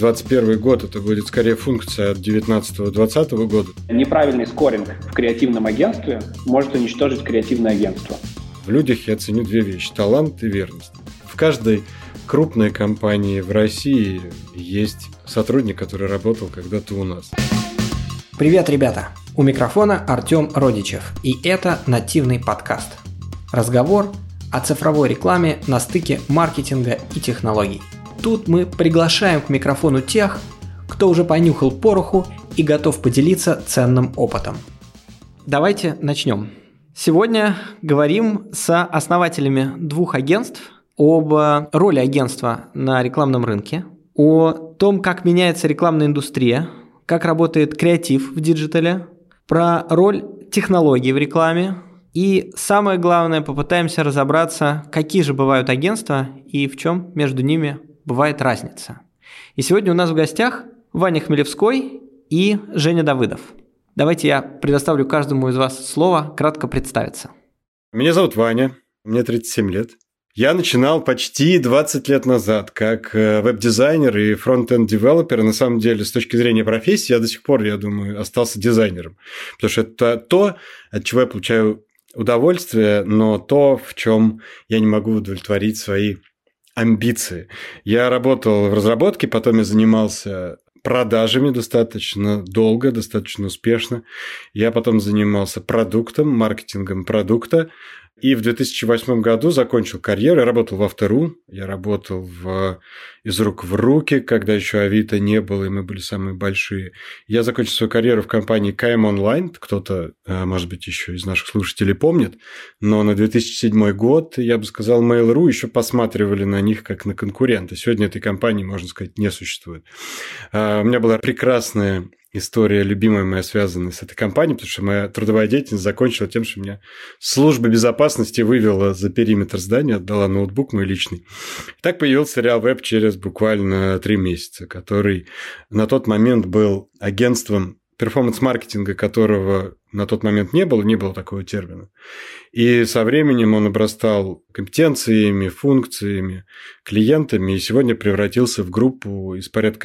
2021 год, это будет скорее функция от 2019-2020 года. Неправильный скоринг в креативном агентстве может уничтожить креативное агентство. В людях я ценю две вещи – талант и верность. В каждой крупной компании в России есть сотрудник, который работал когда-то у нас. Привет, ребята! У микрофона Артем Родичев, и это нативный подкаст. Разговор о цифровой рекламе на стыке маркетинга и технологий. Тут мы приглашаем к микрофону тех, кто уже понюхал пороху и готов поделиться ценным опытом. Давайте начнем. Сегодня говорим с основателями двух агентств об роли агентства на рекламном рынке, о том, как меняется рекламная индустрия, как работает креатив в диджитале, про роль технологий в рекламе и, самое главное, попытаемся разобраться, какие же бывают агентства и в чем между ними бывает разница. И сегодня у нас в гостях Ваня Хмелевской и Женя Давыдов. Давайте я предоставлю каждому из вас слово кратко представиться. Меня зовут Ваня, мне 37 лет. Я начинал почти 20 лет назад как веб-дизайнер и фронт-энд-девелопер. На самом деле, с точки зрения профессии, я до сих пор, я думаю, остался дизайнером. Потому что это то, от чего я получаю удовольствие, но то, в чем я не могу удовлетворить свои амбиции. Я работал в разработке, потом я занимался продажами достаточно долго, достаточно успешно. Я потом занимался продуктом, маркетингом продукта. И в 2008 году закончил карьеру. Я работал в Авто.ру, я работал из рук в руки, когда еще Авито не было, и мы были самые большие. Я закончил свою карьеру в компании KM Online. Кто-то, может быть, еще из наших слушателей помнит. Но на 2007 год, я бы сказал, Mail.ru еще посматривали на них как на конкурента. Сегодня этой компании, можно сказать, не существует. У меня была прекрасная история, любимая моя, связанная с этой компанией, потому что моя трудовая деятельность закончила тем, что меня служба безопасности вывела за периметр здания, отдала ноутбук мой личный. И так появился Реалвеб через буквально 3 месяца, который на тот момент был агентством перформанс-маркетинга, которого на тот момент не было такого термина. И со временем он обрастал компетенциями, функциями, клиентами, и сегодня превратился в группу из порядка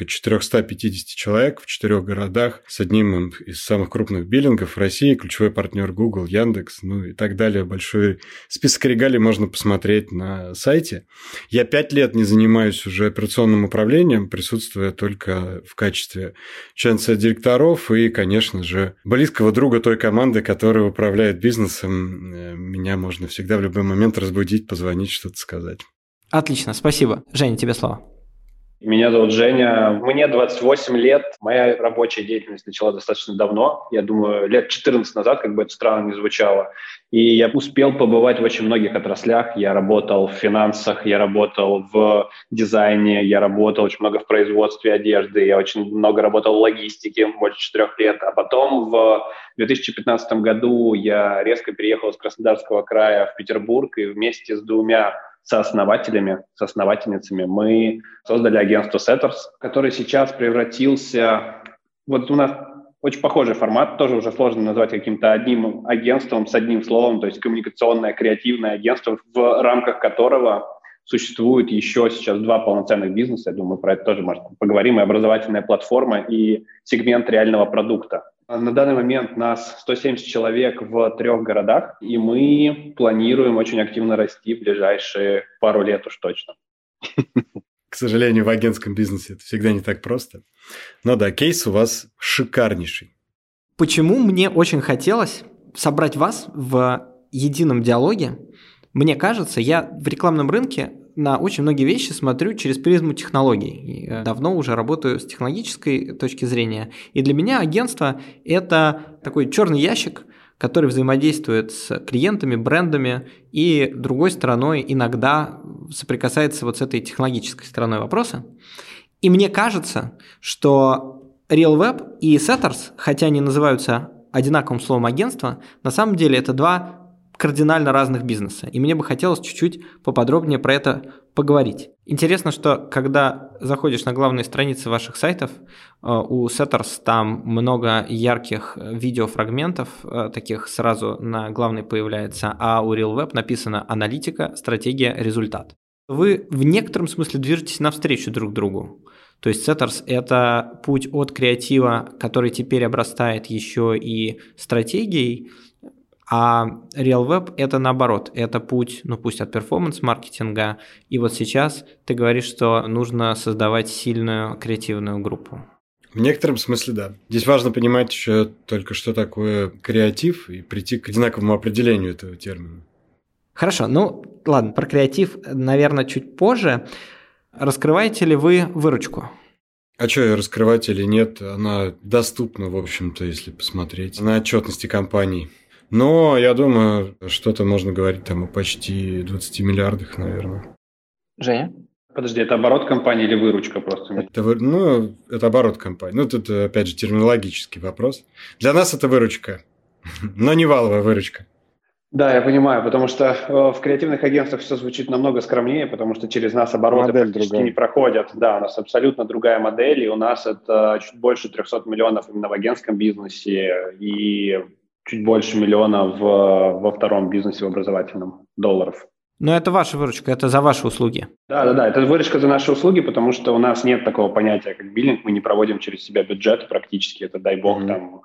450 человек в 4 городах с одним из самых крупных биллингов в России, ключевой партнер Google, Яндекс, ну и так далее. Большой список регалий можно посмотреть на сайте. Я 5 лет не занимаюсь уже операционным управлением, присутствуя только в качестве члена совета директоров и, конечно же, близкого друга той команды, которая управляет бизнесом. Меня можно всегда в любой момент разбудить, позвонить, что-то сказать. Отлично, спасибо. Женя, тебе слово. Меня зовут Женя, мне 28 лет, моя рабочая деятельность начала достаточно давно, я думаю, лет 14 назад, как бы это странно ни звучало, и я успел побывать в очень многих отраслях, я работал в финансах, я работал в дизайне, я работал очень много в производстве одежды, я очень много работал в логистике, больше 4 лет, а потом в 2015 году я резко переехал из Краснодарского края в Петербург, и вместе с 2 соосновательницами мы создали агентство Setters, который сейчас превратился... Вот у нас очень похожий формат, тоже уже сложно назвать каким-то одним агентством с одним словом, то есть коммуникационное, креативное агентство, в рамках которого существует еще сейчас 2 полноценных бизнеса, я думаю, про это тоже, может, поговорим, и образовательная платформа, и сегмент реального продукта. На данный момент нас 170 человек в 3 городах, и мы планируем очень активно расти в ближайшие пару лет уж точно. К сожалению, в агентском бизнесе это всегда не так просто. Но да, кейс у вас шикарнейший. Почему мне очень хотелось собрать вас в едином диалоге? Мне кажется, я в рекламном рынке на очень многие вещи смотрю через призму технологий. Давно уже работаю с технологической точки зрения. И для меня агентство – это такой черный ящик, который взаимодействует с клиентами, брендами и другой стороной иногда соприкасается вот с этой технологической стороной вопроса. И мне кажется, что RealWeb и Setters, хотя они называются одинаковым словом агентства, на самом деле это 2 кардинально разных бизнеса. И мне бы хотелось чуть-чуть поподробнее про это поговорить. Интересно, что когда заходишь на главные страницы ваших сайтов, у Setters там много ярких видеофрагментов, таких сразу на главной появляется, а у RealWeb написано «Аналитика, стратегия, результат». Вы в некотором смысле движетесь навстречу друг другу. То есть Setters – это путь от креатива, который теперь обрастает еще и стратегией, а RealWeb – это наоборот, это путь, ну пусть от перформанс-маркетинга, и вот сейчас ты говоришь, что нужно создавать сильную креативную группу. В некотором смысле, да. Здесь важно понимать еще только, что такое креатив, и прийти к одинаковому определению этого термина. Хорошо, ну ладно, про креатив, наверное, чуть позже. Раскрываете ли вы выручку? А что, раскрывать или нет, она доступна, в общем-то, если посмотреть на отчетности компаний. Но я думаю, что-то можно говорить там о почти 20 миллиардах, наверное. Женя? Подожди, это оборот компании или выручка просто? Это оборот компании. Ну, тут, опять же, терминологический вопрос. Для нас это выручка, но не валовая выручка. Да, я понимаю, потому что в креативных агентствах все звучит намного скромнее, потому что через нас обороты модель практически другая. Не проходят. Да, у нас абсолютно другая модель, и у нас это чуть больше 300 миллионов именно в агентском бизнесе и чуть больше миллиона во втором бизнесе, в образовательном, долларов. Но это ваша выручка, это за ваши услуги. Да, это выручка за наши услуги, потому что у нас нет такого понятия, как биллинг, мы не проводим через себя бюджет практически, это, дай бог, там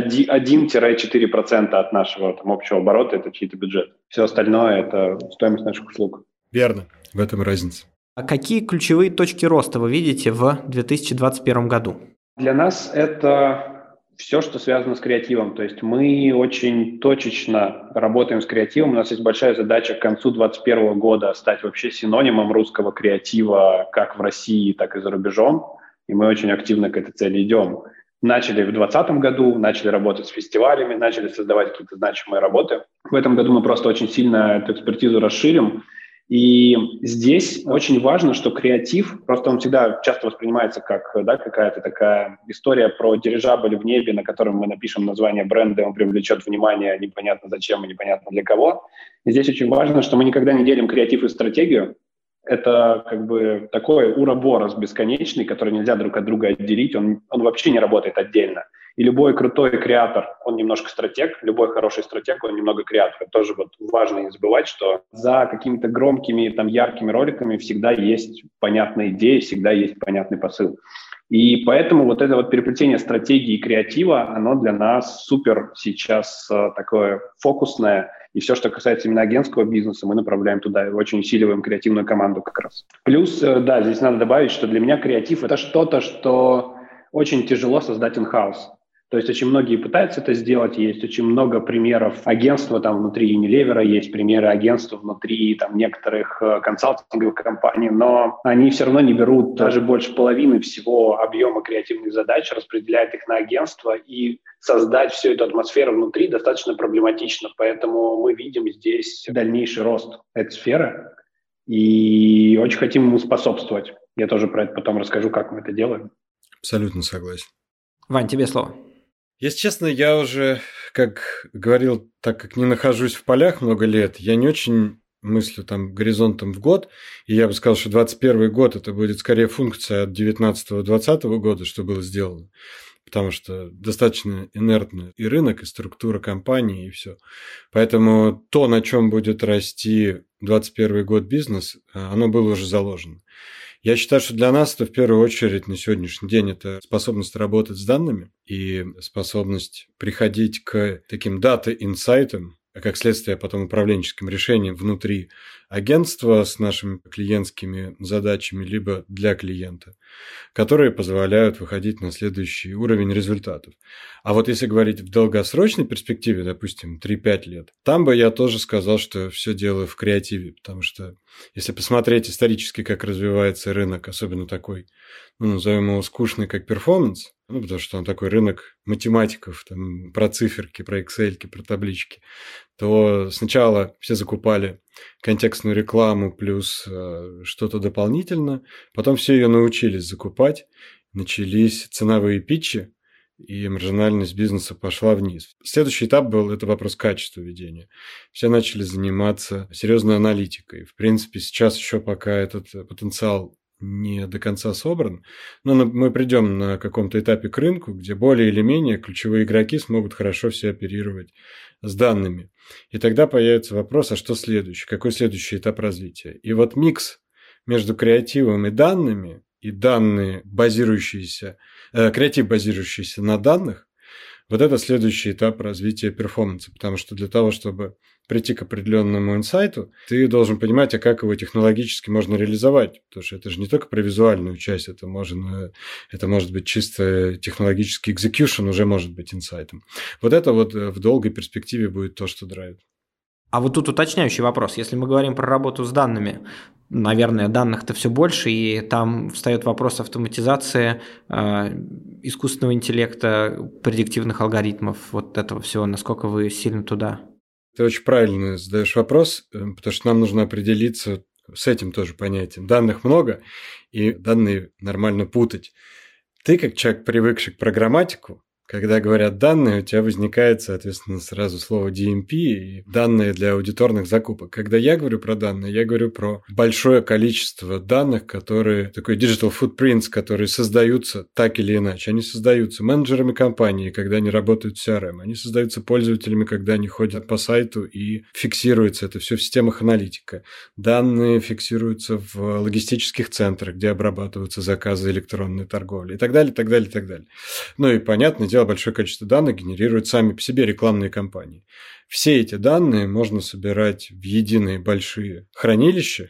1-4% от нашего там общего оборота – это чей-то бюджет. Все остальное – это стоимость наших услуг. Верно, в этом разница. А какие ключевые точки роста вы видите в 2021 году? Для нас это все, что связано с креативом. То есть мы очень точечно работаем с креативом. У нас есть большая задача к концу 2021 года стать вообще синонимом русского креатива как в России, так и за рубежом. И мы очень активно к этой цели идем. Начали в 2020 году, начали работать с фестивалями, начали создавать какие-то значимые работы. В этом году мы просто очень сильно эту экспертизу расширим. И здесь очень важно, что креатив, просто он всегда часто воспринимается как какая-то такая история про дирижабль в небе, на котором мы напишем название бренда, он привлечет внимание непонятно зачем и непонятно для кого. И здесь очень важно, что мы никогда не делим креатив и стратегию. Это как бы такой уроборос бесконечный, который нельзя друг от друга отделить, он вообще не работает отдельно. И любой крутой креатор, он немножко стратег, любой хороший стратег, он немного креатор. Это тоже вот важно не забывать, что за какими-то громкими, там, яркими роликами всегда есть понятная идея, всегда есть понятный посыл. И поэтому вот это вот переплетение стратегии и креатива, оно для нас супер сейчас такое фокусное. И все, что касается именно агентского бизнеса, мы направляем туда и очень усиливаем креативную команду как раз. Плюс, да, здесь надо добавить, что для меня креатив – это что-то, что очень тяжело создать in-house. То есть очень многие пытаются это сделать, есть очень много примеров агентства там внутри Unilever, есть примеры агентства внутри там некоторых консалтинговых компаний, но они все равно не берут даже больше половины всего объема креативных задач, распределяют их на агентство, и создать всю эту атмосферу внутри достаточно проблематично. Поэтому мы видим здесь дальнейший рост этой сферы и очень хотим ему способствовать. Я тоже про это потом расскажу, как мы это делаем. Абсолютно согласен. Вань, тебе слово. Если честно, я уже, как говорил, так как не нахожусь в полях много лет, я не очень мыслю там горизонтом в год, и я бы сказал, что 2021 год это будет скорее функция от 19-20 года, что было сделано, потому что достаточно инертный и рынок, и структура компании, и все. Поэтому то, на чем будет расти 2021 год бизнес, оно было уже заложено. Я считаю, что для нас это в первую очередь на сегодняшний день это способность работать с данными и способность приходить к таким дата-инсайтам, а как следствие потом управленческим решениям внутри агентства с нашими клиентскими задачами, либо для клиента, которые позволяют выходить на следующий уровень результатов. А вот если говорить в долгосрочной перспективе, допустим, 3-5 лет, там бы я тоже сказал, что все дело в креативе, потому что если посмотреть исторически, как развивается рынок, особенно такой, назовем его скучный, как перформанс, потому что он такой рынок математиков, там, про циферки, про Excel, про таблички, то сначала все закупали контекстную рекламу плюс что-то дополнительно, потом все ее научились закупать, начались ценовые питчи, и маржинальность бизнеса пошла вниз. Следующий этап был это вопрос качества ведения. Все начали заниматься серьезной аналитикой. В принципе, сейчас еще пока этот потенциал не до конца собран, но мы придем на каком-то этапе к рынку, где более или менее ключевые игроки смогут хорошо все оперировать с данными. И тогда появится вопрос, а что следующее? Какой следующий этап развития? И вот микс между креативом и данными, и данные, креатив, базирующийся на данных, вот это следующий этап развития перформанса, потому что для того, чтобы прийти к определенному инсайту, ты должен понимать, а как его технологически можно реализовать, потому что это же не только про визуальную часть, это может быть чисто технологический execution, уже может быть инсайтом. Вот это вот в долгой перспективе будет то, что драйвит. А вот тут уточняющий вопрос. Если мы говорим про работу с данными, наверное, данных-то все больше, и там встает вопрос автоматизации, искусственного интеллекта, предиктивных алгоритмов, вот этого всего. Насколько вы сильно туда? Ты очень правильно задаешь вопрос, потому что нам нужно определиться с этим тоже понятием. Данных много, и данные нормально путать. Ты, как человек, привыкший к программатику, когда говорят данные, у тебя возникает, соответственно, сразу слово DMP и данные для аудиторных закупок. Когда я говорю про данные, я говорю про большое количество данных, такой digital footprints, которые создаются так или иначе. Они создаются менеджерами компании, когда они работают в CRM. Они создаются пользователями, когда они ходят по сайту и фиксируется это все в системах аналитика. Данные фиксируются в логистических центрах, где обрабатываются заказы электронной торговли и так далее, так далее, так далее. Ну и понятное дело, большое количество данных генерируют сами по себе рекламные кампании. Все эти данные можно собирать в единые большие хранилища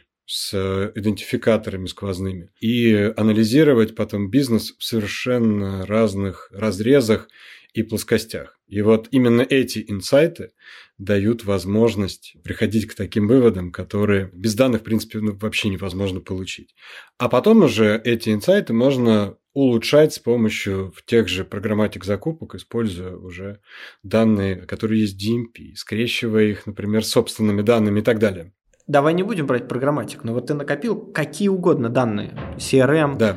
с идентификаторами сквозными и анализировать потом бизнес в совершенно разных разрезах и плоскостях. И вот именно эти инсайты дают возможность приходить к таким выводам, которые без данных, в принципе, вообще невозможно получить. А потом уже эти инсайты можно улучшать с помощью тех же программатик закупок, используя уже данные, которые есть в DMP, скрещивая их, например, с собственными данными и так далее. Давай не будем брать программатик, но вот ты накопил какие угодно данные, CRM, да.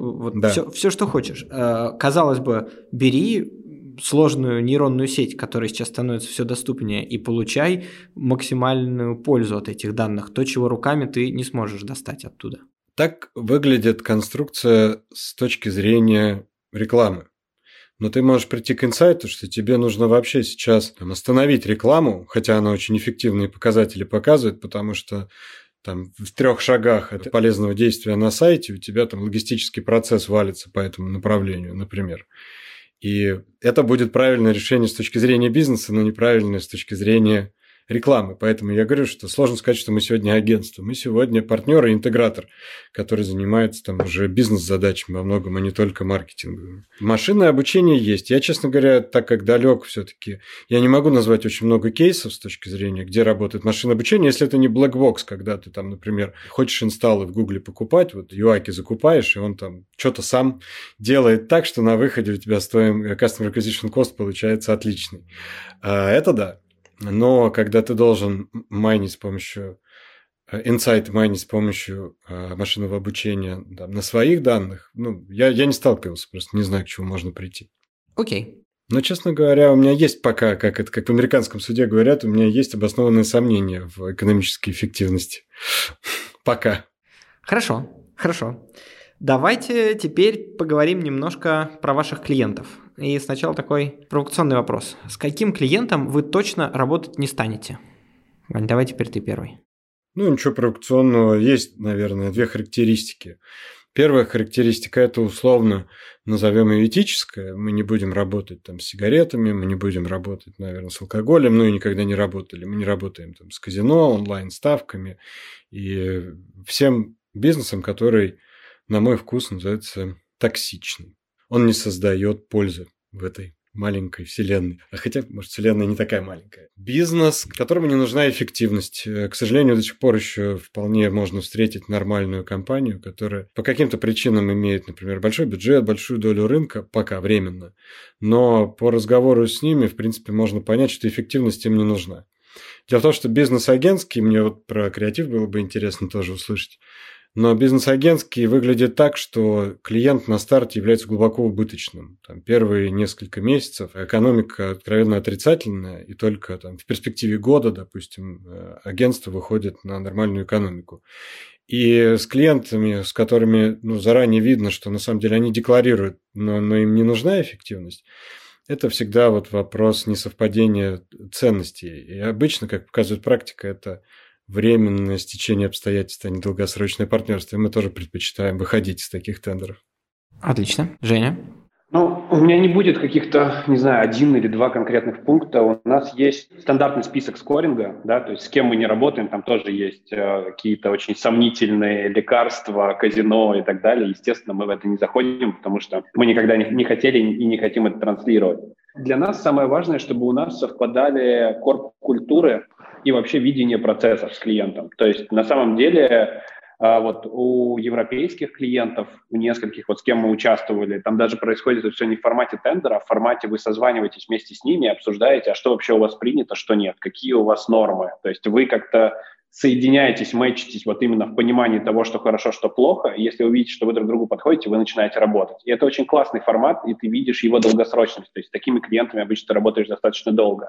Все, что хочешь. Казалось бы, бери сложную нейронную сеть, которая сейчас становится все доступнее, и получай максимальную пользу от этих данных, то, чего руками ты не сможешь достать оттуда. Так выглядит конструкция с точки зрения рекламы. Но ты можешь прийти к инсайту, что тебе нужно вообще сейчас остановить рекламу, хотя она очень эффективные показатели показывает, потому что в 3 шагах от полезного действия на сайте у тебя логистический процесс валится по этому направлению, например. И это будет правильное решение с точки зрения бизнеса, но неправильное с точки зрения рекламы. Поэтому я говорю, что сложно сказать, что мы сегодня агентство. Мы сегодня партнер и интегратор, который занимается уже бизнес-задачами во многом, а не только маркетинговыми. Машинное обучение есть. Я, честно говоря, так как далек все-таки, я не могу назвать очень много кейсов с точки зрения, где работает машинное обучение, если это не blackbox, когда ты например, хочешь инсталлы в Гугле покупать, UI-ки закупаешь, и он что-то сам делает так, что на выходе у тебя Customer Acquisition Cost получается отличный. Это да. Но когда ты должен майнить с помощью майнить с помощью машинного обучения на своих данных, я не сталкивался, просто не знаю, к чему можно прийти. Окей. Но, честно говоря, у меня есть пока, как в американском суде говорят, у меня есть обоснованные сомнения в экономической эффективности. Пока. Хорошо. Давайте теперь поговорим немножко про ваших клиентов. И сначала такой провокационный вопрос. С каким клиентом вы точно работать не станете? Вань, давай теперь ты первый. Ничего провокационного. Есть, наверное, 2 характеристики. Первая характеристика – это условно, назовем ее этическая. Мы не будем работать с сигаретами, мы не будем работать, наверное, с алкоголем, и никогда не работали. Мы не работаем с казино, онлайн-ставками и всем бизнесом, который, на мой вкус, называется токсичным. Он не создает пользы в этой маленькой вселенной. Хотя, может, вселенная не такая маленькая. Бизнес, которому не нужна эффективность. К сожалению, до сих пор еще вполне можно встретить нормальную компанию, которая по каким-то причинам имеет, например, большой бюджет, большую долю рынка, пока временно. Но по разговору с ними, в принципе, можно понять, что эффективность им не нужна. Дело в том, что бизнес агентский, мне про креатив было бы интересно тоже услышать, но бизнес-агентский выглядит так, что клиент на старте является глубоко убыточным. Первые несколько месяцев экономика откровенно отрицательная, и только в перспективе года, допустим, агентство выходит на нормальную экономику. И с клиентами, с которыми заранее видно, что на самом деле они декларируют, но им не нужна эффективность, это всегда вопрос несовпадения ценностей. И обычно, как показывает практика, это временное стечение обстоятельств, а не долгосрочное партнерство. И мы тоже предпочитаем выходить из таких тендеров. Отлично. Женя? Ну, у меня не будет каких-то, не знаю, 1 или 2 конкретных пункта. У нас есть стандартный список скоринга, да, то есть с кем мы не работаем, там тоже есть какие-то очень сомнительные лекарства, казино и так далее. Естественно, мы в это не заходим, потому что мы никогда не хотели и не хотим это транслировать. Для нас самое важное, чтобы у нас совпадали корп-культуры и вообще видение процессов с клиентом. То есть на самом деле... Вот у европейских клиентов, у нескольких, вот с кем мы участвовали, там даже происходит это все не в формате тендера, а в формате вы созваниваетесь вместе с ними, обсуждаете, а что вообще у вас принято, что нет, какие у вас нормы. То есть вы как-то соединяетесь, мэчитесь вот именно в понимании того, что хорошо, что плохо. И если вы видите, что вы друг другу подходите, вы начинаете работать. И это очень классный формат, и ты видишь его долгосрочность. То есть с такими клиентами обычно ты работаешь достаточно долго.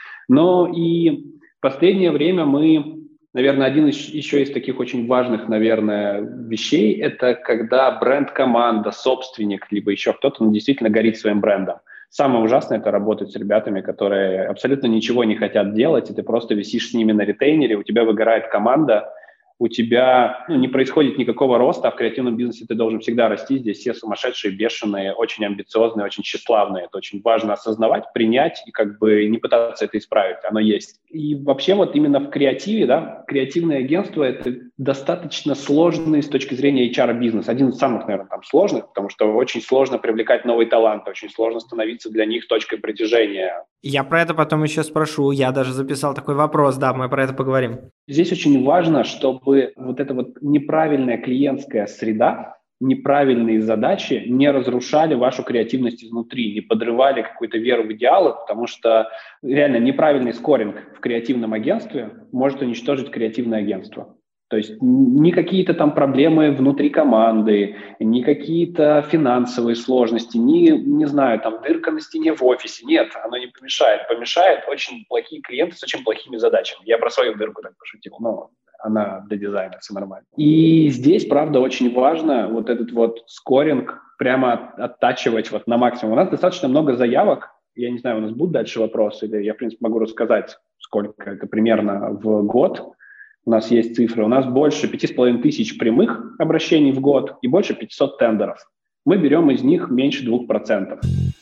Но и в последнее время мы... Наверное, один еще из таких очень важных, наверное, вещей – это когда бренд-команда, собственник, либо еще кто-то, он действительно горит своим брендом. Самое ужасное – это работать с ребятами, которые абсолютно ничего не хотят делать, и ты просто висишь с ними на ретейнере, у тебя выгорает команда, у тебя не происходит никакого роста, а в креативном бизнесе ты должен всегда расти. Здесь все сумасшедшие, бешеные, очень амбициозные, очень тщеславные. Это очень важно осознавать, принять и как бы не пытаться это исправить. Оно есть. И вообще вот именно в креативе, да, креативное агентство – это достаточно сложный с точки зрения HR-бизнес. Один из самых, наверное, там сложных, потому что очень сложно привлекать новые таланты, очень сложно становиться для них точкой притяжения. Я про это потом еще спрошу. Я даже записал такой вопрос, да, мы про это поговорим. Здесь очень важно, чтобы вот эта вот неправильная клиентская среда, неправильные задачи не разрушали вашу креативность изнутри, не подрывали какую-то веру в идеалы, потому что реально неправильный скоринг в креативном агентстве может уничтожить креативное агентство. То есть ни какие-то там проблемы внутри команды, ни какие-то финансовые сложности, не знаю, там дырка на стене в офисе. Нет, оно не помешает. Помешает очень плохие клиенты с очень плохими задачами. Я про свою дырку так пошутил, но она для дизайна, все нормально. И здесь, правда, очень важно вот этот вот скоринг прямо оттачивать вот на максимум. У нас достаточно много заявок. Я не знаю, у нас будут дальше вопросы, или я, в принципе, могу рассказать, сколько это примерно в год. У нас есть цифры. У нас больше 5500 прямых обращений в год и больше 500 тендеров. Мы берем из них меньше 2%.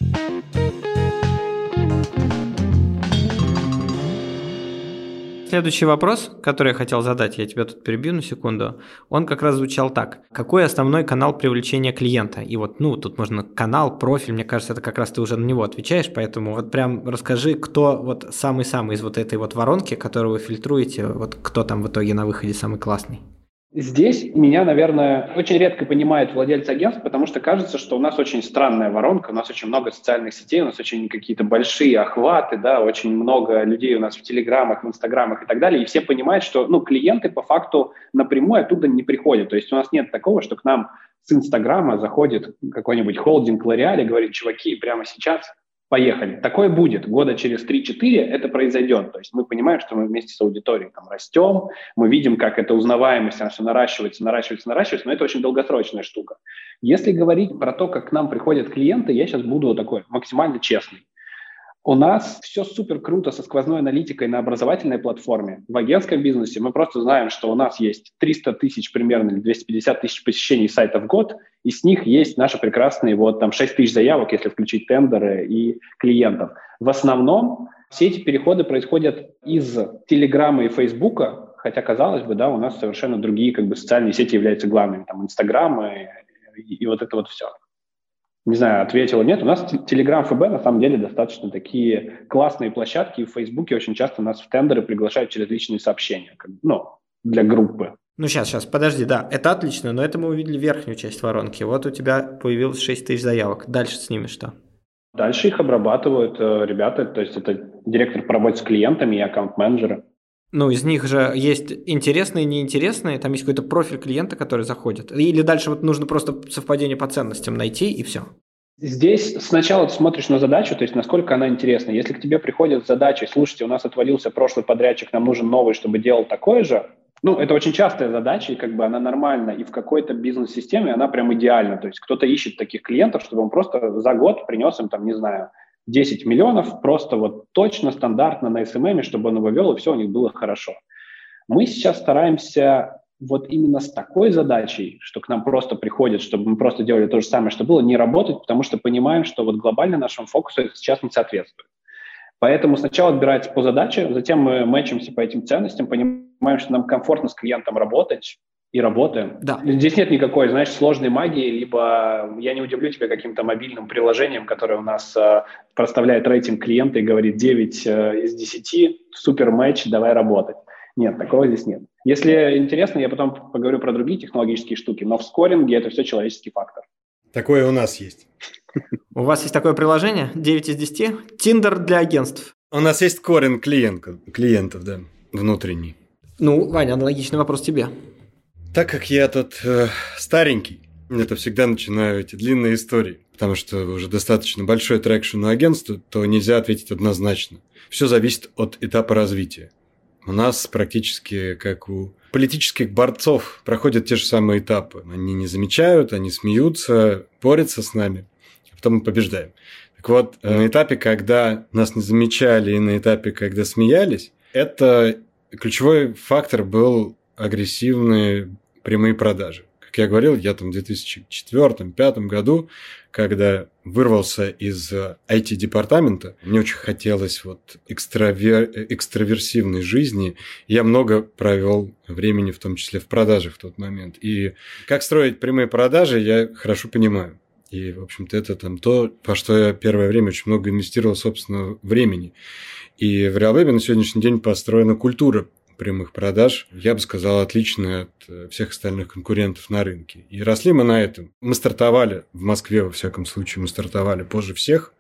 Следующий вопрос, который я хотел задать, я тебя тут перебью на секунду, он как раз звучал так. Какой основной канал привлечения клиента? И вот, тут можно канал, профиль, мне кажется, это как раз ты уже на него отвечаешь, поэтому вот прям расскажи, кто вот самый-самый из вот этой вот воронки, которую вы фильтруете, вот кто там в итоге на выходе самый классный? Здесь меня, наверное, очень редко понимают владельцы агентств, потому что кажется, что у нас очень странная воронка, у нас очень много социальных сетей, у нас очень какие-то большие охваты, да, очень много людей у нас в телеграмах, в инстаграмах и так далее, и все понимают, что, клиенты по факту напрямую оттуда не приходят, то есть у нас нет такого, что к нам с инстаграма заходит какой-нибудь холдинг L'Oréal и говорит: чуваки, прямо сейчас поехали. Такое будет. Года через 3-4 это произойдет. То есть мы понимаем, что мы вместе с аудиторией там растем, мы видим, как эта узнаваемость, она все наращивается, но это очень долгосрочная штука. Если говорить про то, как к нам приходят клиенты, я сейчас буду такой максимально честный. У нас все супер круто со сквозной аналитикой на образовательной платформе. В агентском бизнесе мы просто знаем, что у нас есть 300 тысяч примерно или 250 тысяч посещений сайта в год, и с них есть наши прекрасные 6 тысяч заявок, если включить тендеры и клиентов. В основном все эти переходы происходят из Телеграма и Фейсбука, хотя, казалось бы, да, у нас совершенно другие социальные сети являются главными, там Инстаграм и вот это вот все. Не знаю, ответила, нет. У нас Telegram ФБ на самом деле достаточно такие классные площадки. И в Фейсбуке очень часто нас в тендеры приглашают через личные сообщения, для группы. Сейчас, подожди, да, это отлично, но это мы увидели верхнюю часть воронки. Вот у тебя появилось 6 тысяч заявок. Дальше с ними что? Дальше их обрабатывают ребята, то есть это директор по работе с клиентами и аккаунт-менеджеры. Из них же есть интересные и неинтересные, там есть какой-то профиль клиента, который заходит. Или дальше нужно просто совпадение по ценностям найти, и все. Здесь сначала ты смотришь на задачу, то есть насколько она интересна. Если к тебе приходят с задачей: слушайте, у нас отвалился прошлый подрядчик, нам нужен новый, чтобы делал такое же. Это очень частая задача, и она нормальна. И в какой-то бизнес-системе она прям идеальна. То есть кто-то ищет таких клиентов, чтобы он просто за год принес им, 10 миллионов, просто точно, стандартно на SMM, чтобы он его вел, и все у них было хорошо. Мы сейчас стараемся вот именно с такой задачей, что к нам просто приходят, чтобы мы просто делали то же самое, что было, не работать, потому что понимаем, что вот глобально нашему фокусу это сейчас не соответствует. Поэтому сначала отбирать по задаче, затем мы мэчимся по этим ценностям, понимаем, что нам комфортно с клиентом работать, и работаем. Да. Здесь нет никакой, знаешь, сложной магии, либо я не удивлю тебя каким-то мобильным приложением, которое у нас проставляет рейтинг клиента и говорит 9 из 10, супер матч, давай работать. Нет, такого здесь нет. Если интересно, я потом поговорю про другие технологические штуки, но в скоринге это все человеческий фактор. Такое у нас есть. У вас есть такое приложение? 9 из 10? Тиндер для агентств. У нас есть скоринг клиентов, да, внутренний. Ну, Ваня, аналогичный вопрос тебе. Так как я тут старенький, это всегда начинаю эти длинные истории, потому что уже достаточно большой трекшн у агентства, то нельзя ответить однозначно. Все зависит от этапа развития. У нас практически, как у политических борцов, проходят те же самые этапы. Они не замечают, они смеются, борются с нами, а потом мы побеждаем. Так вот, на этапе, когда нас не замечали, и на этапе, когда смеялись, это ключевой фактор был агрессивные прямые продажи. Как я говорил, я там в 2004-2005 году, когда вырвался из IT-департамента, мне очень хотелось вот экстраверсивной жизни. Я много провел времени, в том числе в продажах в тот момент. И как строить прямые продажи, я хорошо понимаю. И, в общем-то, это там то, во что я первое время очень много инвестировал собственного времени. И в RealWeb на сегодняшний день построена культура прямых продаж, я бы сказал, отличная от всех остальных конкурентов на рынке. И росли мы на этом. Мы стартовали в Москве, во всяком случае, мы стартовали позже всех,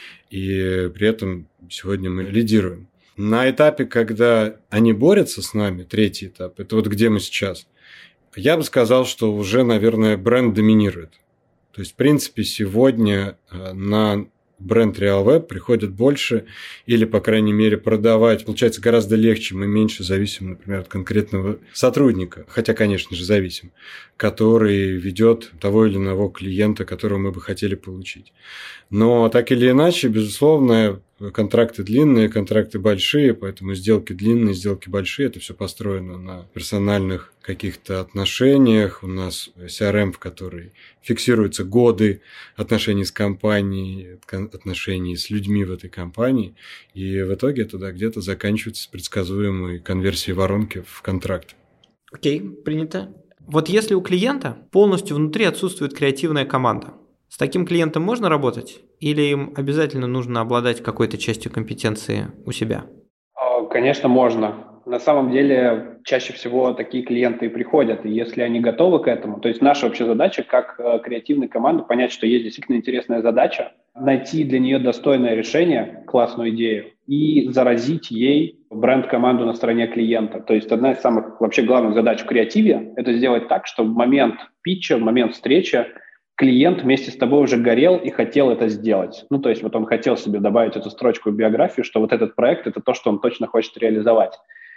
и при этом сегодня мы лидируем. На этапе, когда они борются с нами, третий этап, это вот где мы сейчас, я бы сказал, что уже, наверное, бренд доминирует. То есть, в принципе, сегодня на бренд RealWeb приходит больше, или, по крайней мере, продавать получается гораздо легче, мы меньше зависим, например, от конкретного сотрудника, хотя, конечно же, зависим, который ведет того или иного клиента, которого мы бы хотели получить. Но так или иначе, безусловно, контракты длинные, контракты большие, поэтому сделки длинные, сделки большие, это все построено на персональных каких-то отношениях. У нас CRM, в которой фиксируются годы отношений с компанией, отношений с людьми в этой компании, и в итоге это где-то заканчивается с предсказуемой конверсией воронки в контракт. Окей, принято. Вот если у клиента полностью внутри отсутствует креативная команда, с таким клиентом можно работать? Или им обязательно нужно обладать какой-то частью компетенции у себя? Конечно, можно. На самом деле, чаще всего такие клиенты и приходят, и если они готовы к этому, то есть наша вообще задача, как креативной команды, понять, что есть действительно интересная задача, найти для нее достойное решение, классную идею, и заразить ей бренд-команду на стороне клиента. То есть одна из самых вообще главных задач в креативе – это сделать так, чтобы в момент питча, в момент встречи клиент вместе с тобой уже горел и хотел это сделать. Ну, то есть вот он хотел себе добавить эту строчку в биографию, что вот этот проект – это то, что он точно хочет реализовать.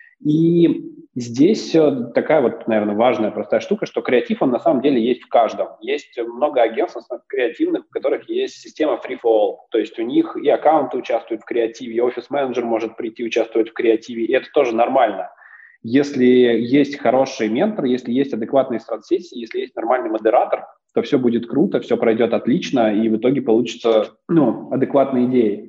И здесь такая вот, наверное, важная, простая штука, что креатив, он на самом деле есть в каждом. Есть много агентств креативных, у которых есть система free for all. То есть у них и аккаунты участвуют в креативе, и офис-менеджер может прийти участвовать в креативе, и это тоже нормально. Если есть хороший ментор, если есть адекватные стратсессии, если есть нормальный модератор, то все будет круто, все пройдет отлично, и в итоге получится адекватные идеи.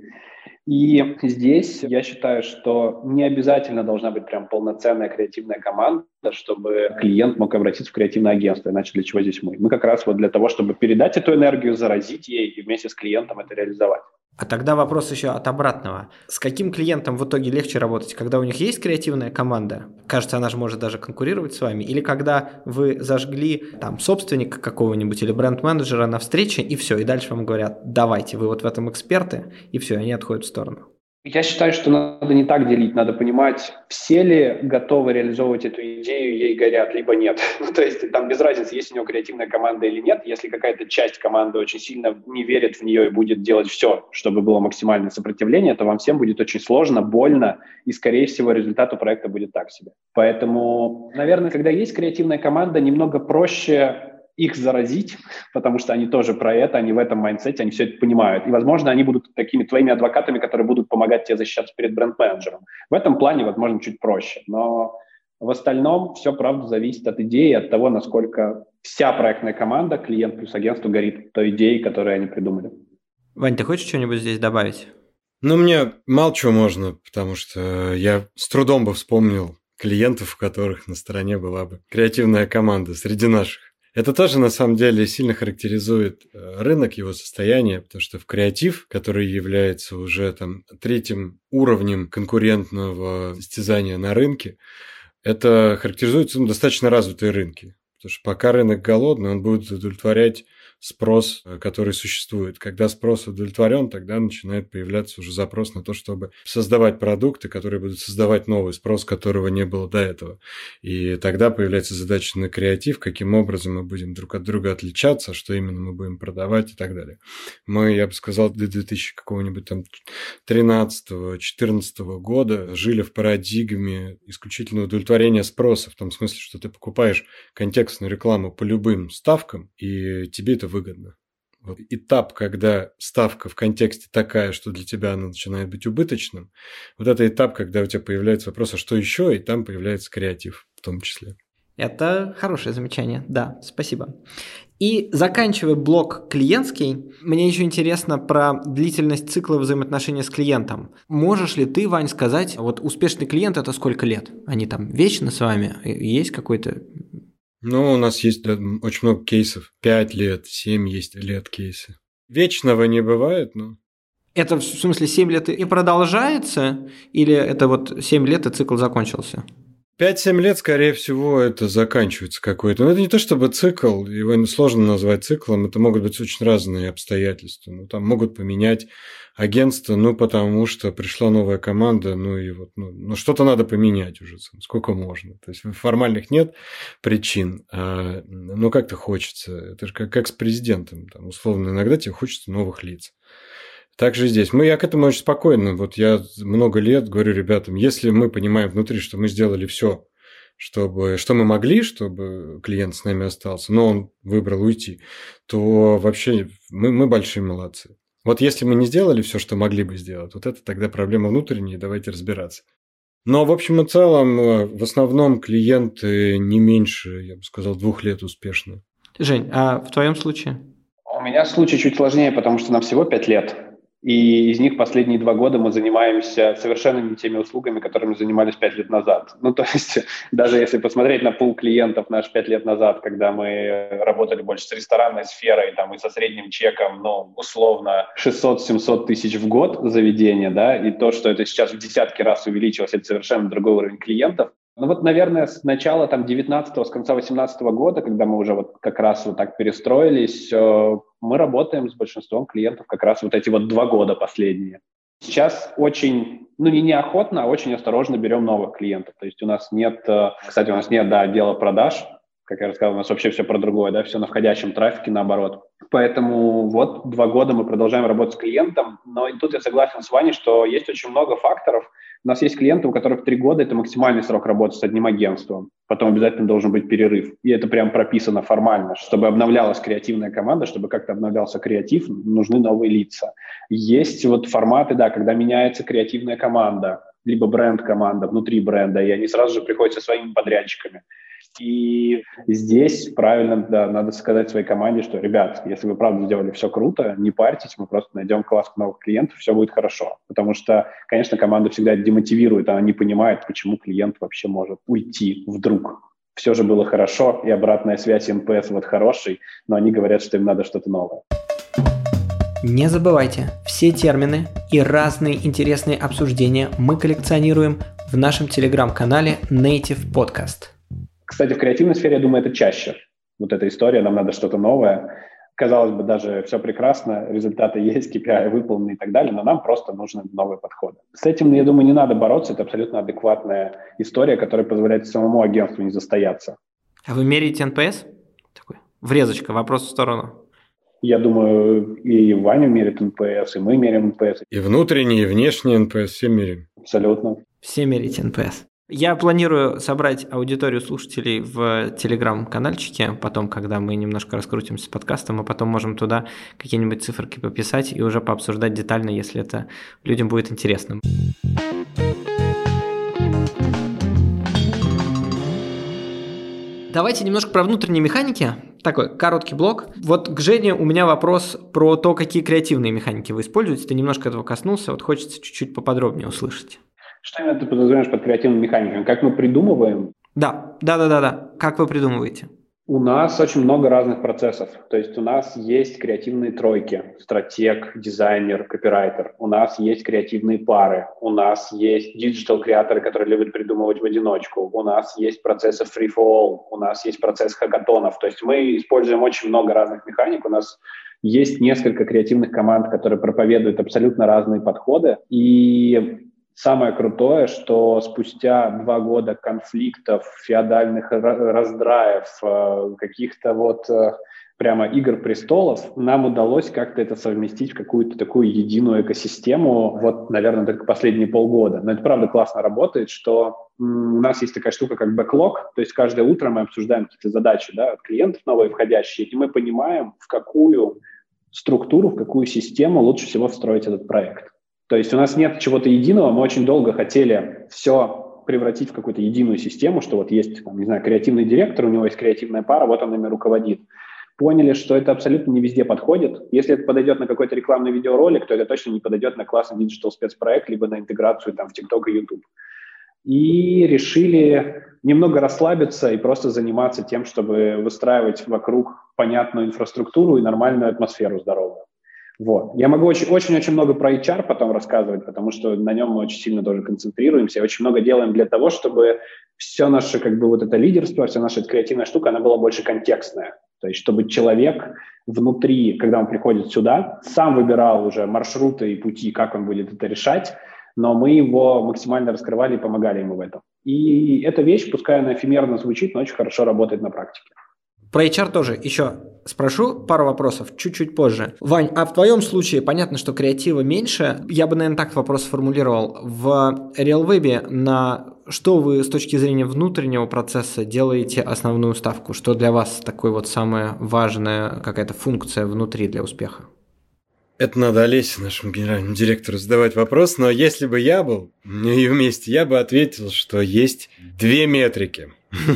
И здесь я считаю, что не обязательно должна быть прям полноценная креативная команда, чтобы клиент мог обратиться в креативное агентство, иначе для чего здесь мы? Мы как раз вот для того, чтобы передать эту энергию, заразить ей и вместе с клиентом это реализовать. А тогда вопрос еще от обратного. С каким клиентом в итоге легче работать? Когда у них есть креативная команда, кажется, она же может даже конкурировать с вами, или когда вы зажгли там собственника какого-нибудь или бренд-менеджера на встрече, и все, и дальше вам говорят, давайте, вы вот в этом эксперты, и все, они отходят в сторону. Я считаю, что надо не так делить, надо понимать, все ли готовы реализовывать эту идею, ей горят, либо нет. То есть там без разницы, есть у него креативная команда или нет. Если какая-то часть команды очень сильно не верит в нее и будет делать все, чтобы было максимальное сопротивление, то вам всем будет очень сложно, больно, и, скорее всего, результат у проекта будет так себе. Поэтому, наверное, когда есть креативная команда, немного проще их заразить, потому что они тоже про это, они в этом майндсете, они все это понимают. И, возможно, они будут такими твоими адвокатами, которые будут помогать тебе защищаться перед бренд-менеджером. В этом плане, возможно, чуть проще. Но В остальном все, правда, зависит от идеи, от того, насколько вся проектная команда, клиент плюс агентство, горит той идеей, которую они придумали. Вань, ты хочешь что-нибудь здесь добавить? Ну, мне мало чего можно, потому что я с трудом бы вспомнил клиентов, у которых на стороне была бы креативная команда среди наших. Это тоже, на самом деле, сильно характеризует рынок, его состояние, потому что в креатив, который является уже там третьим уровнем конкурентного состязания на рынке, это характеризуются достаточно развитые рынки. Потому что пока рынок голодный, он будет удовлетворять спрос, который существует. Когда спрос удовлетворен, тогда начинает появляться уже запрос на то, чтобы создавать продукты, которые будут создавать новый спрос, которого не было до этого. И тогда появляется задача на креатив, каким образом мы будем друг от друга отличаться, что именно мы будем продавать и так далее. Мы, я бы сказал, до 2013-2014 года жили в парадигме исключительно удовлетворения спроса, в том смысле, что ты покупаешь контекстную рекламу по любым ставкам, и тебе это выгодно. Вот этап, когда ставка в контексте такая, что для тебя она начинает быть убыточным, вот это этап, когда у тебя появляется вопрос, а что еще, и там появляется креатив в том числе. Это хорошее замечание, да, спасибо. И заканчивая блок клиентский, мне еще интересно про длительность цикла взаимоотношения с клиентом. Можешь ли ты, Вань, сказать, вот успешный клиент – это сколько лет? Они там вечно с вами? Есть какой-то… Ну, у нас есть очень много кейсов. 5 лет, 7 есть лет кейсы. Вечного не бывает, но… Это в смысле 7 лет и продолжается? Или это вот 7 лет и цикл закончился? 5-7 лет, скорее всего, это заканчивается какой-то. Но это не то чтобы цикл, его сложно назвать циклом, это могут быть очень разные обстоятельства. Ну, там могут поменять агентство, потому что пришла новая команда, и вот, что-то надо поменять уже, сколько можно. То есть формальных нет причин, как-то хочется. Это же как с президентом, там, условно, иногда тебе хочется новых лиц. Так же здесь. Я к этому очень спокойно. Вот я много лет говорю ребятам, если мы понимаем внутри, что мы сделали все, что мы могли, чтобы клиент с нами остался, но он выбрал уйти, то вообще мы большие молодцы. Вот если мы не сделали все, что могли бы сделать, вот это тогда проблема внутренняя, давайте разбираться. Но в общем и целом, в основном клиенты не меньше, я бы сказал, 2 лет успешны. Жень, а в твоем случае? У меня случай чуть сложнее, потому что нам всего 5 лет. И из них последние 2 года мы занимаемся совершенно не теми услугами, которыми занимались 5 лет назад. То есть даже если посмотреть на пул клиентов наш 5 лет назад, когда мы работали больше с ресторанной сферой и со средним чеком, условно 600-700 тысяч в год заведения, да, и то, что это сейчас в десятки раз увеличилось, это совершенно другой уровень клиентов. Наверное, с начала 19-го, с конца 18-го года, когда мы уже как раз так перестроились, мы работаем с большинством клиентов как раз эти 2 года последние. Сейчас очень, не неохотно, а очень осторожно берем новых клиентов. То есть у нас нет, отдела продаж, как я рассказал, у нас вообще все про другое, да, все на входящем трафике, наоборот. Поэтому 2 года мы продолжаем работать с клиентом, но и тут я согласен с Ваней, что есть очень много факторов. У нас есть клиенты, у которых 3 года – это максимальный срок работы с одним агентством. Потом обязательно должен быть перерыв. И это прям прописано формально. Чтобы обновлялась креативная команда, чтобы как-то обновлялся креатив, нужны новые лица. Есть форматы, да, когда меняется креативная команда, либо бренд-команда внутри бренда, и они сразу же приходят со своими подрядчиками. И здесь правильно, да, надо сказать своей команде, что, ребят, если вы правда сделали все круто, не парьтесь, мы просто найдем класс новых клиентов, все будет хорошо. Потому что, конечно, команда всегда это демотивирует, она не понимает, почему клиент вообще может уйти вдруг. Все же было хорошо, и обратная связь НПС хороший, но они говорят, что им надо что-то новое. Не забывайте, все термины и разные интересные обсуждения мы коллекционируем в нашем телеграм-канале Native Podcast. Кстати, в креативной сфере, я думаю, это чаще. Эта история, нам надо что-то новое. Казалось бы, даже все прекрасно, результаты есть, KPI выполнены и так далее, но нам просто нужны новые подходы. С этим, я думаю, не надо бороться, это абсолютно адекватная история, которая позволяет самому агентству не застояться. А вы меряете NPS? Такой, врезочка, вопрос в сторону. Я думаю, и Ваня меряет НПС, и мы меряем НПС. И внутренний, и внешний НПС, все меряем. Абсолютно. Все меряете НПС. Я планирую собрать аудиторию слушателей в телеграм-канальчике, потом, когда мы немножко раскрутимся с подкастом, мы потом можем туда какие-нибудь циферки пописать и уже пообсуждать детально, если это людям будет интересно. Давайте немножко про внутренние механики. Такой короткий блок. Вот к Жене у меня вопрос про то, какие креативные механики вы используете. Ты немножко этого коснулся, вот хочется чуть-чуть поподробнее услышать. Что именно ты подразумеваешь под креативными механиками? Как мы придумываем? Да. Как вы придумываете? У нас очень много разных процессов. То есть у нас есть креативные тройки: стратег, дизайнер, копирайтер. У нас есть креативные пары. У нас есть диджитал-креаторы, которые любят придумывать в одиночку. У нас есть процессы free for all. У нас есть процесс хакатонов. То есть мы используем очень много разных механик. У нас есть несколько креативных команд, которые проповедуют абсолютно разные подходы. И самое крутое, что спустя 2 года конфликтов, феодальных раздраев, каких-то прямо игр престолов, нам удалось как-то это совместить в какую-то такую единую экосистему, наверное, только последние полгода. Но это правда классно работает, что у нас есть такая штука, как бэклог, то есть каждое утро мы обсуждаем какие-то задачи, от клиентов новые входящие, и мы понимаем, в какую структуру, в какую систему лучше всего встроить этот проект. То есть у нас нет чего-то единого, мы очень долго хотели все превратить в какую-то единую систему, что есть, креативный директор, у него есть креативная пара, он ими руководит. Поняли, что это абсолютно не везде подходит. Если это подойдет на какой-то рекламный видеоролик, то это точно не подойдет на классный диджитал спецпроект, либо на интеграцию в TikTok и YouTube. И решили немного расслабиться и просто заниматься тем, чтобы выстраивать вокруг понятную инфраструктуру и нормальную атмосферу здоровую. Я могу очень-очень много про HR потом рассказывать, потому что на нем мы очень сильно тоже концентрируемся, очень много делаем для того, чтобы все наше это лидерство, вся наша креативная штука, она была больше контекстная. То есть чтобы человек внутри, когда он приходит сюда, сам выбирал уже маршруты и пути, как он будет это решать, но мы его максимально раскрывали и помогали ему в этом. И эта вещь, пускай она эфемерно звучит, но очень хорошо работает на практике. Про HR тоже еще спрошу пару вопросов чуть-чуть позже. Вань, а в твоем случае понятно, что креатива меньше. Я бы, наверное, так вопрос сформулировал. В RealWeb на что вы с точки зрения внутреннего процесса делаете основную ставку? Что для вас такой самая важная какая-то функция внутри для успеха? Это надо Олесе, нашему генеральному директору, задавать вопрос, но если бы я был на ее месте, я бы ответил, что есть 2 метрики.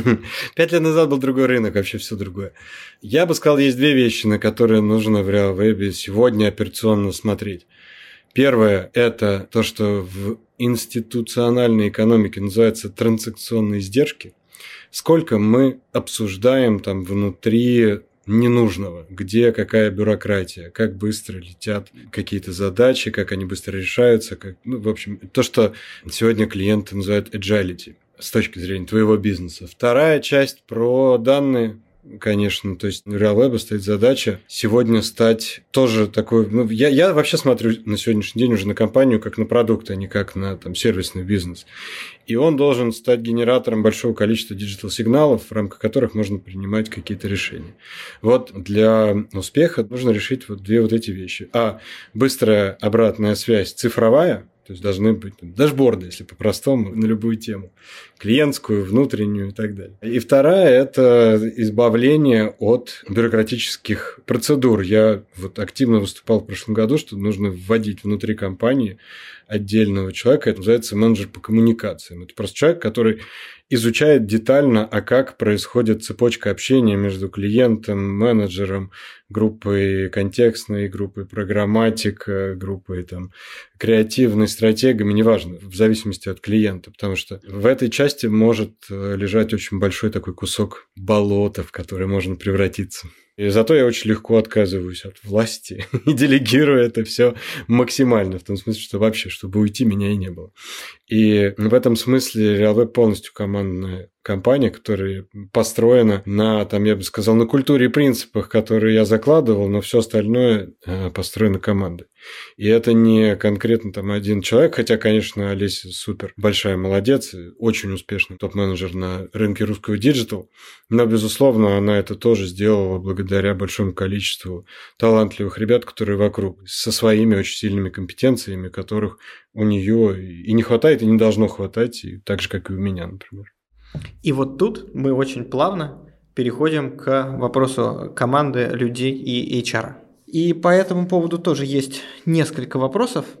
5 лет назад был другой рынок, вообще все другое. Я бы сказал, есть 2 вещи, на которые нужно в RealWeb сегодня операционно смотреть. Первое – это то, что в институциональной экономике называется транзакционные издержки. Сколько мы обсуждаем там внутри ненужного, где какая бюрократия, как быстро летят какие-то задачи, как они быстро решаются. В общем, то, что сегодня клиенты называют agility с точки зрения твоего бизнеса. Вторая часть про данные. Конечно, то есть у RealWeb стоит задача сегодня стать тоже такой... Я вообще смотрю на сегодняшний день уже на компанию как на продукт, а не как на сервисный бизнес. И он должен стать генератором большого количества диджитал-сигналов, в рамках которых можно принимать какие-то решения. Для успеха нужно решить 2 эти вещи. Быстрая обратная связь цифровая, то есть должны быть дашборды, если по-простому, на любую тему. Клиентскую, внутреннюю и так далее. И вторая – это избавление от бюрократических процедур. Я активно выступал в прошлом году, что нужно вводить внутри компании отдельного человека. Это называется менеджер по коммуникациям. Это просто человек, который изучает детально, как происходит цепочка общения между клиентом, менеджером, группой контекстной, группой программатик, группой креативной, стратегами, неважно, в зависимости от клиента, потому что в этой части может лежать очень большой такой кусок болота, в который можно превратиться. И зато я очень легко отказываюсь от власти и делегирую это все максимально, в том смысле, что вообще, чтобы уйти, меня и не было. И в этом смысле RealWeb полностью командная компания, которая построена на, я бы сказал, на культуре и принципах, которые я закладывал, но все остальное построено командой. И это не конкретно один человек, хотя, конечно, Олеся супер большая молодец, очень успешный топ-менеджер на рынке русского диджитал, но, безусловно, она это тоже сделала благодаря большому количеству талантливых ребят, которые вокруг, со своими очень сильными компетенциями, которых у нее и не хватает, и не должно хватать, и так же, как и у меня, например. И тут мы очень плавно переходим к вопросу команды, людей и HR. И по этому поводу тоже есть несколько вопросов.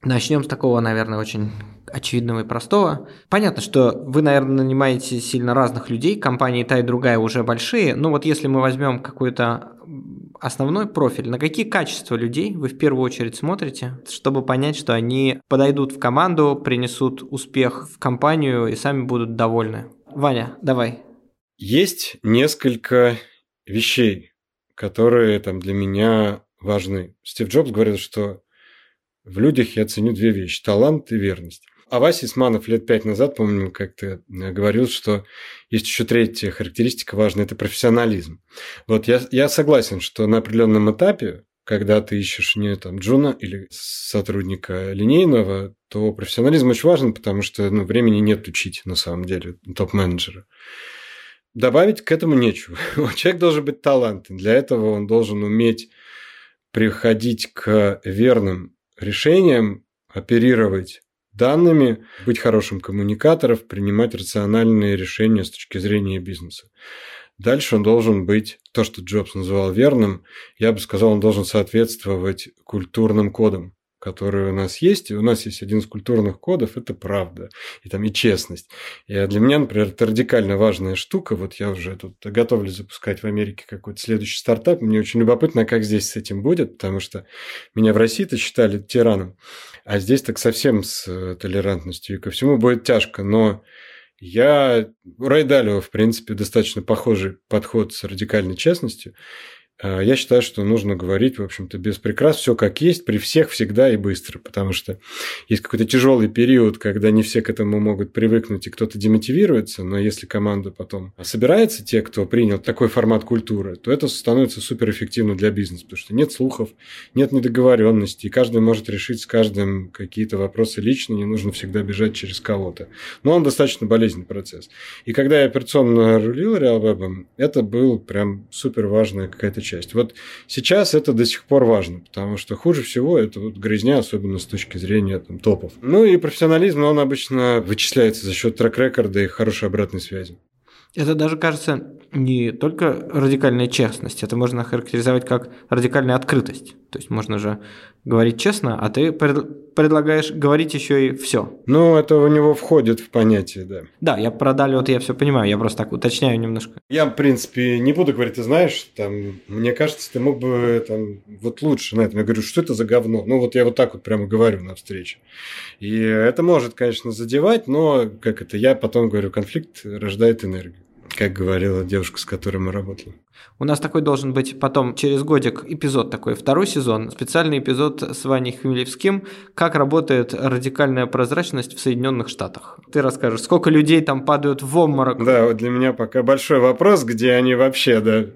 Начнем с такого, наверное, очень очевидного и простого. Понятно, что вы, наверное, нанимаете сильно разных людей, компания и та, и другая уже большие, но вот если мы возьмем какой-то основной профиль, на какие качества людей вы в первую очередь смотрите, чтобы понять, что они подойдут в команду, принесут успех в компанию и сами будут довольны? Ваня, давай. Есть несколько вещей, которые там для меня важны. Стив Джобс говорил, что в людях я ценю две вещи – талант и верность. А Вася Исманов лет 5 назад, помню, как-то говорил, что есть еще третья характеристика важная – это профессионализм. Вот я согласен, что на определенном этапе, когда ты ищешь не там джуна или сотрудника линейного, то профессионализм очень важен, потому что времени нет учить на самом деле топ-менеджера. Добавить к этому нечего. Человек должен быть талантливым. Для этого он должен уметь приходить к верным решениям, оперировать данными, быть хорошим коммуникатором, принимать рациональные решения с точки зрения бизнеса. Дальше он должен быть, то, что Джобс называл верным, я бы сказал, он должен соответствовать культурным кодам, которые у нас есть. И у нас есть один из культурных кодов – это правда и честность. И для меня, например, это радикально важная штука. Вот я уже тут готовлюсь запускать в Америке какой-то следующий стартап. Мне очень любопытно, как здесь с этим будет, потому что меня в России-то считали тираном, а здесь так совсем с толерантностью и ко всему будет тяжко. Но у Рэй Далио, в принципе, достаточно похожий подход с радикальной честностью. Я считаю, что нужно говорить, в общем-то, без прикрас, все как есть, при всех, всегда и быстро, потому что есть какой-то тяжелый период, когда не все к этому могут привыкнуть, и кто-то демотивируется, но если команда потом собирается, те, кто принял такой формат культуры, то это становится суперэффективно для бизнеса, потому что нет слухов, нет недоговоренностей, каждый может решить с каждым какие-то вопросы лично, не нужно всегда бежать через кого-то. Но он достаточно болезненный процесс. И когда я операционно рулил RealWeb, это был прям супер важная какая-то часть. Вот сейчас это до сих пор важно, потому что хуже всего это грязня, особенно с точки зрения топов. Ну и профессионализм, он обычно вычисляется за счет трек-рекорда и хорошей обратной связи. Это даже, кажется, не только радикальная честность, это можно характеризовать как радикальная открытость. То есть можно же говорить честно, а ты предлагаешь говорить еще и все. Ну, это у него входит в понятие, да. Да, я про Далио, я все понимаю, я просто так уточняю немножко. Я, в принципе, не буду говорить, ты знаешь, мне кажется, ты мог бы лучше на этом. Я говорю, что это за говно? Я вот так вот прямо говорю на встрече. И это может, конечно, задевать, но, я потом говорю, конфликт рождает энергию. Как говорила девушка, с которой мы работали. У нас такой должен быть потом через годик эпизод такой, 2-й сезон, специальный эпизод с Ваней Хмелевским, как работает радикальная прозрачность в Соединенных Штатах. Ты расскажешь, сколько людей там падают в обморок? Да, вот для меня пока большой вопрос, где они вообще, да,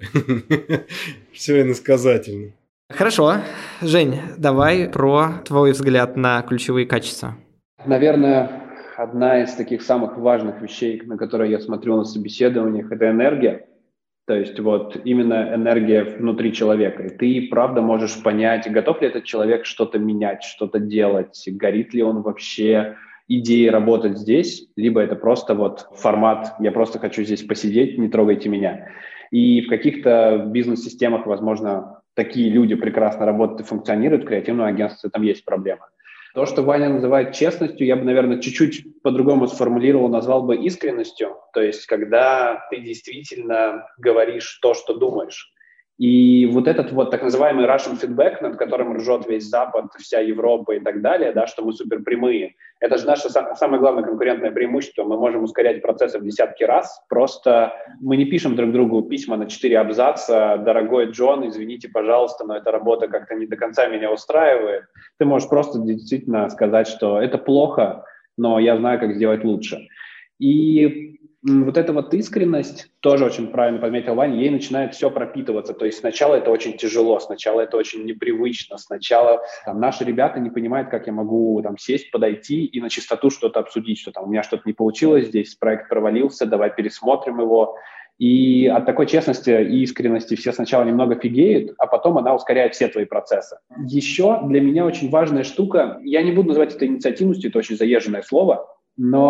все иносказательно. Хорошо. Жень, давай про твой взгляд на ключевые качества. Наверное, одна из таких самых важных вещей, на которые я смотрю на собеседованиях, это энергия. То есть именно энергия внутри человека. И ты, правда, можешь понять, готов ли этот человек что-то менять, что-то делать, горит ли он вообще идеей работать здесь, либо это просто формат «я просто хочу здесь посидеть, не трогайте меня». И в каких-то бизнес-системах, возможно, такие люди прекрасно работают и функционируют, в креативном агентстве там есть проблема. То, что Ваня называет честностью, я бы, наверное, чуть-чуть по-другому сформулировал, назвал бы искренностью. То есть, когда ты действительно говоришь то, что думаешь. И этот так называемый Russian feedback, над которым ржет весь Запад, вся Европа и так далее, да, что мы супер прямые, это же наше самое главное конкурентное преимущество. Мы можем ускорять процессы в десятки раз. Просто мы не пишем друг другу письма на 4 абзаца. «Дорогой Джон, извините, пожалуйста, но эта работа как-то не до конца меня устраивает». Ты можешь просто действительно сказать, что это плохо, но я знаю, как сделать лучше. И эта искренность, тоже очень правильно подметил Ваня, ей начинает все пропитываться. То есть сначала это очень тяжело, сначала это очень непривычно, сначала наши ребята не понимают, как я могу сесть, подойти и на чистоту что-то обсудить, что у меня что-то не получилось, здесь проект провалился, давай пересмотрим его. И от такой честности и искренности все сначала немного фигеют, а потом она ускоряет все твои процессы. Еще для меня очень важная штука, я не буду называть это инициативностью, это очень заезженное слово, но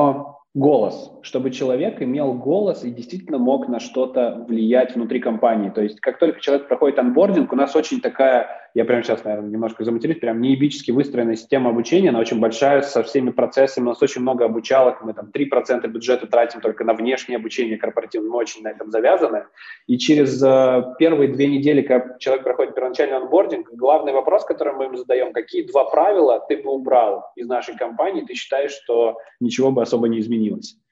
голос, чтобы человек имел голос и действительно мог на что-то влиять внутри компании. То есть как только человек проходит онбординг, у нас очень такая, я прямо сейчас, наверное, немножко заматерюсь, прям неебически выстроенная система обучения, она очень большая, со всеми процессами, у нас очень много обучалок, мы там 3% бюджета тратим только на внешнее обучение корпоративное, мы очень на этом завязаны. И через первые 2 недели, когда человек проходит первоначальный онбординг, главный вопрос, который мы ему задаем: какие 2 правила ты бы убрал из нашей компании, ты считаешь, что ничего бы особо не изменилось?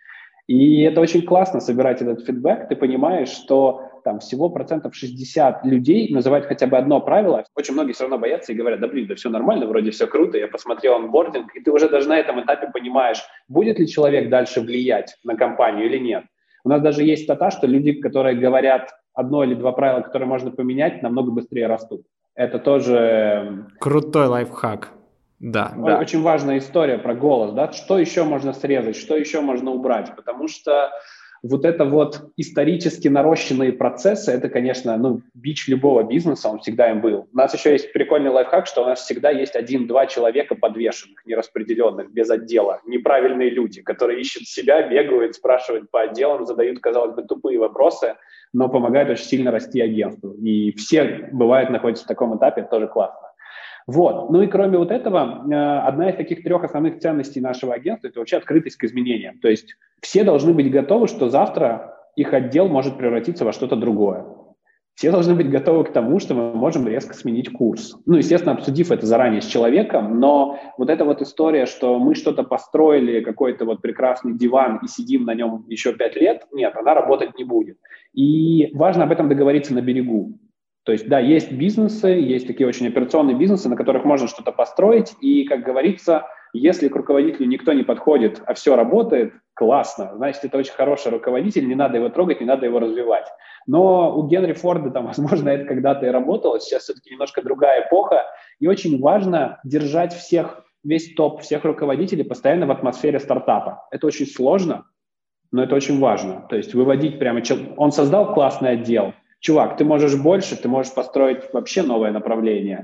И это очень классно собирать этот фидбэк. Ты понимаешь, что там всего 60% людей называют хотя бы одно правило. Очень многие все равно боятся и говорят: да блин, да все нормально, вроде все круто, я посмотрел онбординг, и ты уже даже на этом этапе понимаешь, будет ли человек дальше влиять на компанию или нет. У нас даже есть стата, что люди, которые говорят 1 или 2 правила, которые можно поменять, намного быстрее растут. Это тоже... Крутой лайфхак. Да. Очень важная история про голос, да, что еще можно срезать, что еще можно убрать, потому что вот это вот исторически нарощенные процессы, это, конечно, бич любого бизнеса, он всегда им был. У нас еще есть прикольный лайфхак, что у нас всегда есть 1-2 человека подвешенных, нераспределенных, без отдела, неправильные люди, которые ищут себя, бегают, спрашивают по отделам, задают, казалось бы, тупые вопросы, но помогают очень сильно расти агентству. И все, бывает, находятся в таком этапе, это тоже классно. Вот. Ну и кроме вот этого, одна из таких 3 основных ценностей нашего агентства – это вообще открытость к изменениям. То есть все должны быть готовы, что завтра их отдел может превратиться во что-то другое. Все должны быть готовы к тому, что мы можем резко сменить курс. Естественно, обсудив это заранее с человеком, но вот эта вот история, что мы что-то построили, какой-то вот прекрасный диван и сидим на нем еще 5 лет, нет, она работать не будет. И важно об этом договориться на берегу. То есть, да, есть бизнесы, есть такие очень операционные бизнесы, на которых можно что-то построить, и, как говорится, если к руководителю никто не подходит, а все работает, классно, значит, это очень хороший руководитель, не надо его трогать, не надо его развивать. Но у Генри Форда, возможно, это когда-то и работало, сейчас все-таки немножко другая эпоха, и очень важно держать весь топ всех руководителей постоянно в атмосфере стартапа. Это очень сложно, но это очень важно. То есть выводить прямо... Он создал классный отдел, чувак, ты можешь больше, ты можешь построить вообще новое направление.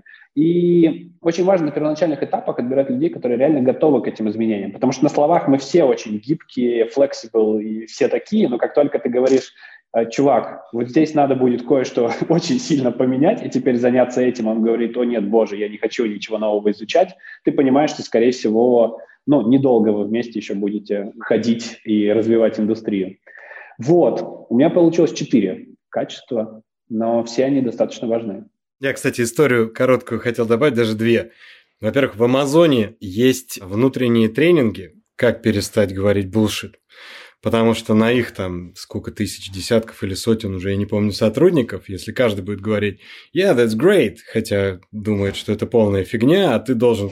И очень важно на первоначальных этапах отбирать людей, которые реально готовы к этим изменениям. Потому что на словах мы все очень гибкие, flexible и все такие, но как только ты говоришь: чувак, вот здесь надо будет кое-что очень сильно поменять и теперь заняться этим, он говорит: о нет, боже, я не хочу ничего нового изучать, ты понимаешь, что, скорее всего, недолго вы вместе еще будете ходить и развивать индустрию. Вот, у меня получилось 4 качества, но все они достаточно важны. Я, кстати, историю короткую хотел добавить, даже 2. Во-первых, в Амазоне есть внутренние тренинги, как перестать говорить bullshit, потому что на их сколько тысяч, десятков или сотен, уже я не помню, сотрудников, если каждый будет говорить «Yeah, that's great», хотя думает, что это полная фигня, а ты должен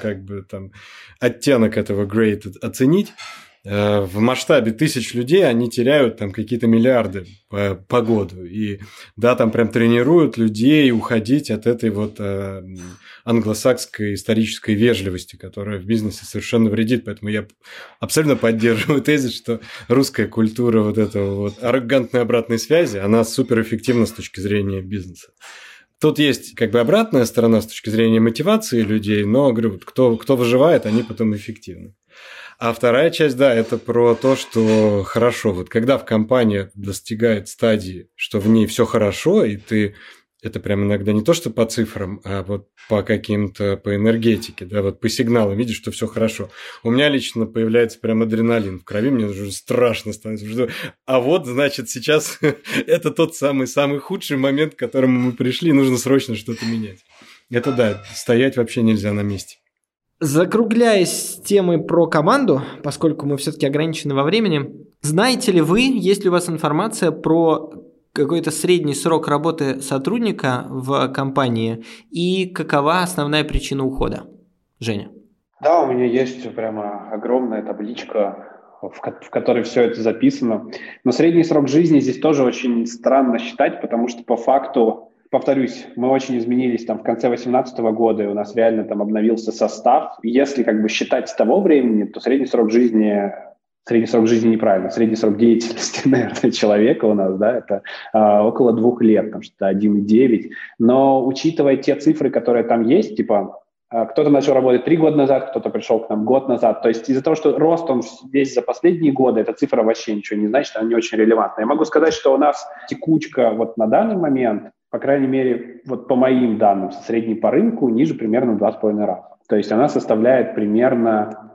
оттенок этого great оценить, в масштабе 1000 людей они теряют какие-то миллиарды по году. И да, прям тренируют людей уходить от этой англосакской исторической вежливости, которая в бизнесе совершенно вредит. Поэтому я абсолютно поддерживаю тезис, что русская культура этого аррогантной обратной связи, она суперэффективна с точки зрения бизнеса. Тут есть обратная сторона с точки зрения мотивации людей, но, говорю, кто выживает, они потом эффективны. А вторая часть, да, это про то, что хорошо, когда в компании достигает стадии, что в ней все хорошо, и ты это прям иногда не то, что по цифрам, а по каким-то, по энергетике, да, по сигналам видишь, что все хорошо. У меня лично появляется прям адреналин в крови, мне уже страшно становится. Значит, сейчас это тот самый худший момент, к которому мы пришли, нужно срочно что-то менять. Это да, стоять вообще нельзя на месте. Закругляясь темой про команду, поскольку мы все-таки ограничены во времени, знаете ли вы, есть ли у вас информация про какой-то средний срок работы сотрудника в компании и какова основная причина ухода? Женя. Да, у меня есть прямо огромная табличка, в которой все это записано. Но средний срок жизни здесь тоже очень странно считать, потому что по факту, повторюсь, мы очень изменились в конце 2018 года, и у нас реально обновился состав. Если считать с того времени, то средний срок жизни неправильно, средний срок деятельности, наверное, человека у нас, да, это около 2 лет, что-то 1,9. Но учитывая те цифры, которые там есть, Кто-то начал работать 3 года назад, кто-то пришел к нам год назад. То есть из-за того, что рост он весь за последние годы, эта цифра вообще ничего не значит, она не очень релевантна. Я могу сказать, что у нас текучка вот на данный момент, по крайней мере, вот по моим данным, средней по рынку ниже примерно в 2,5 раза. То есть она составляет примерно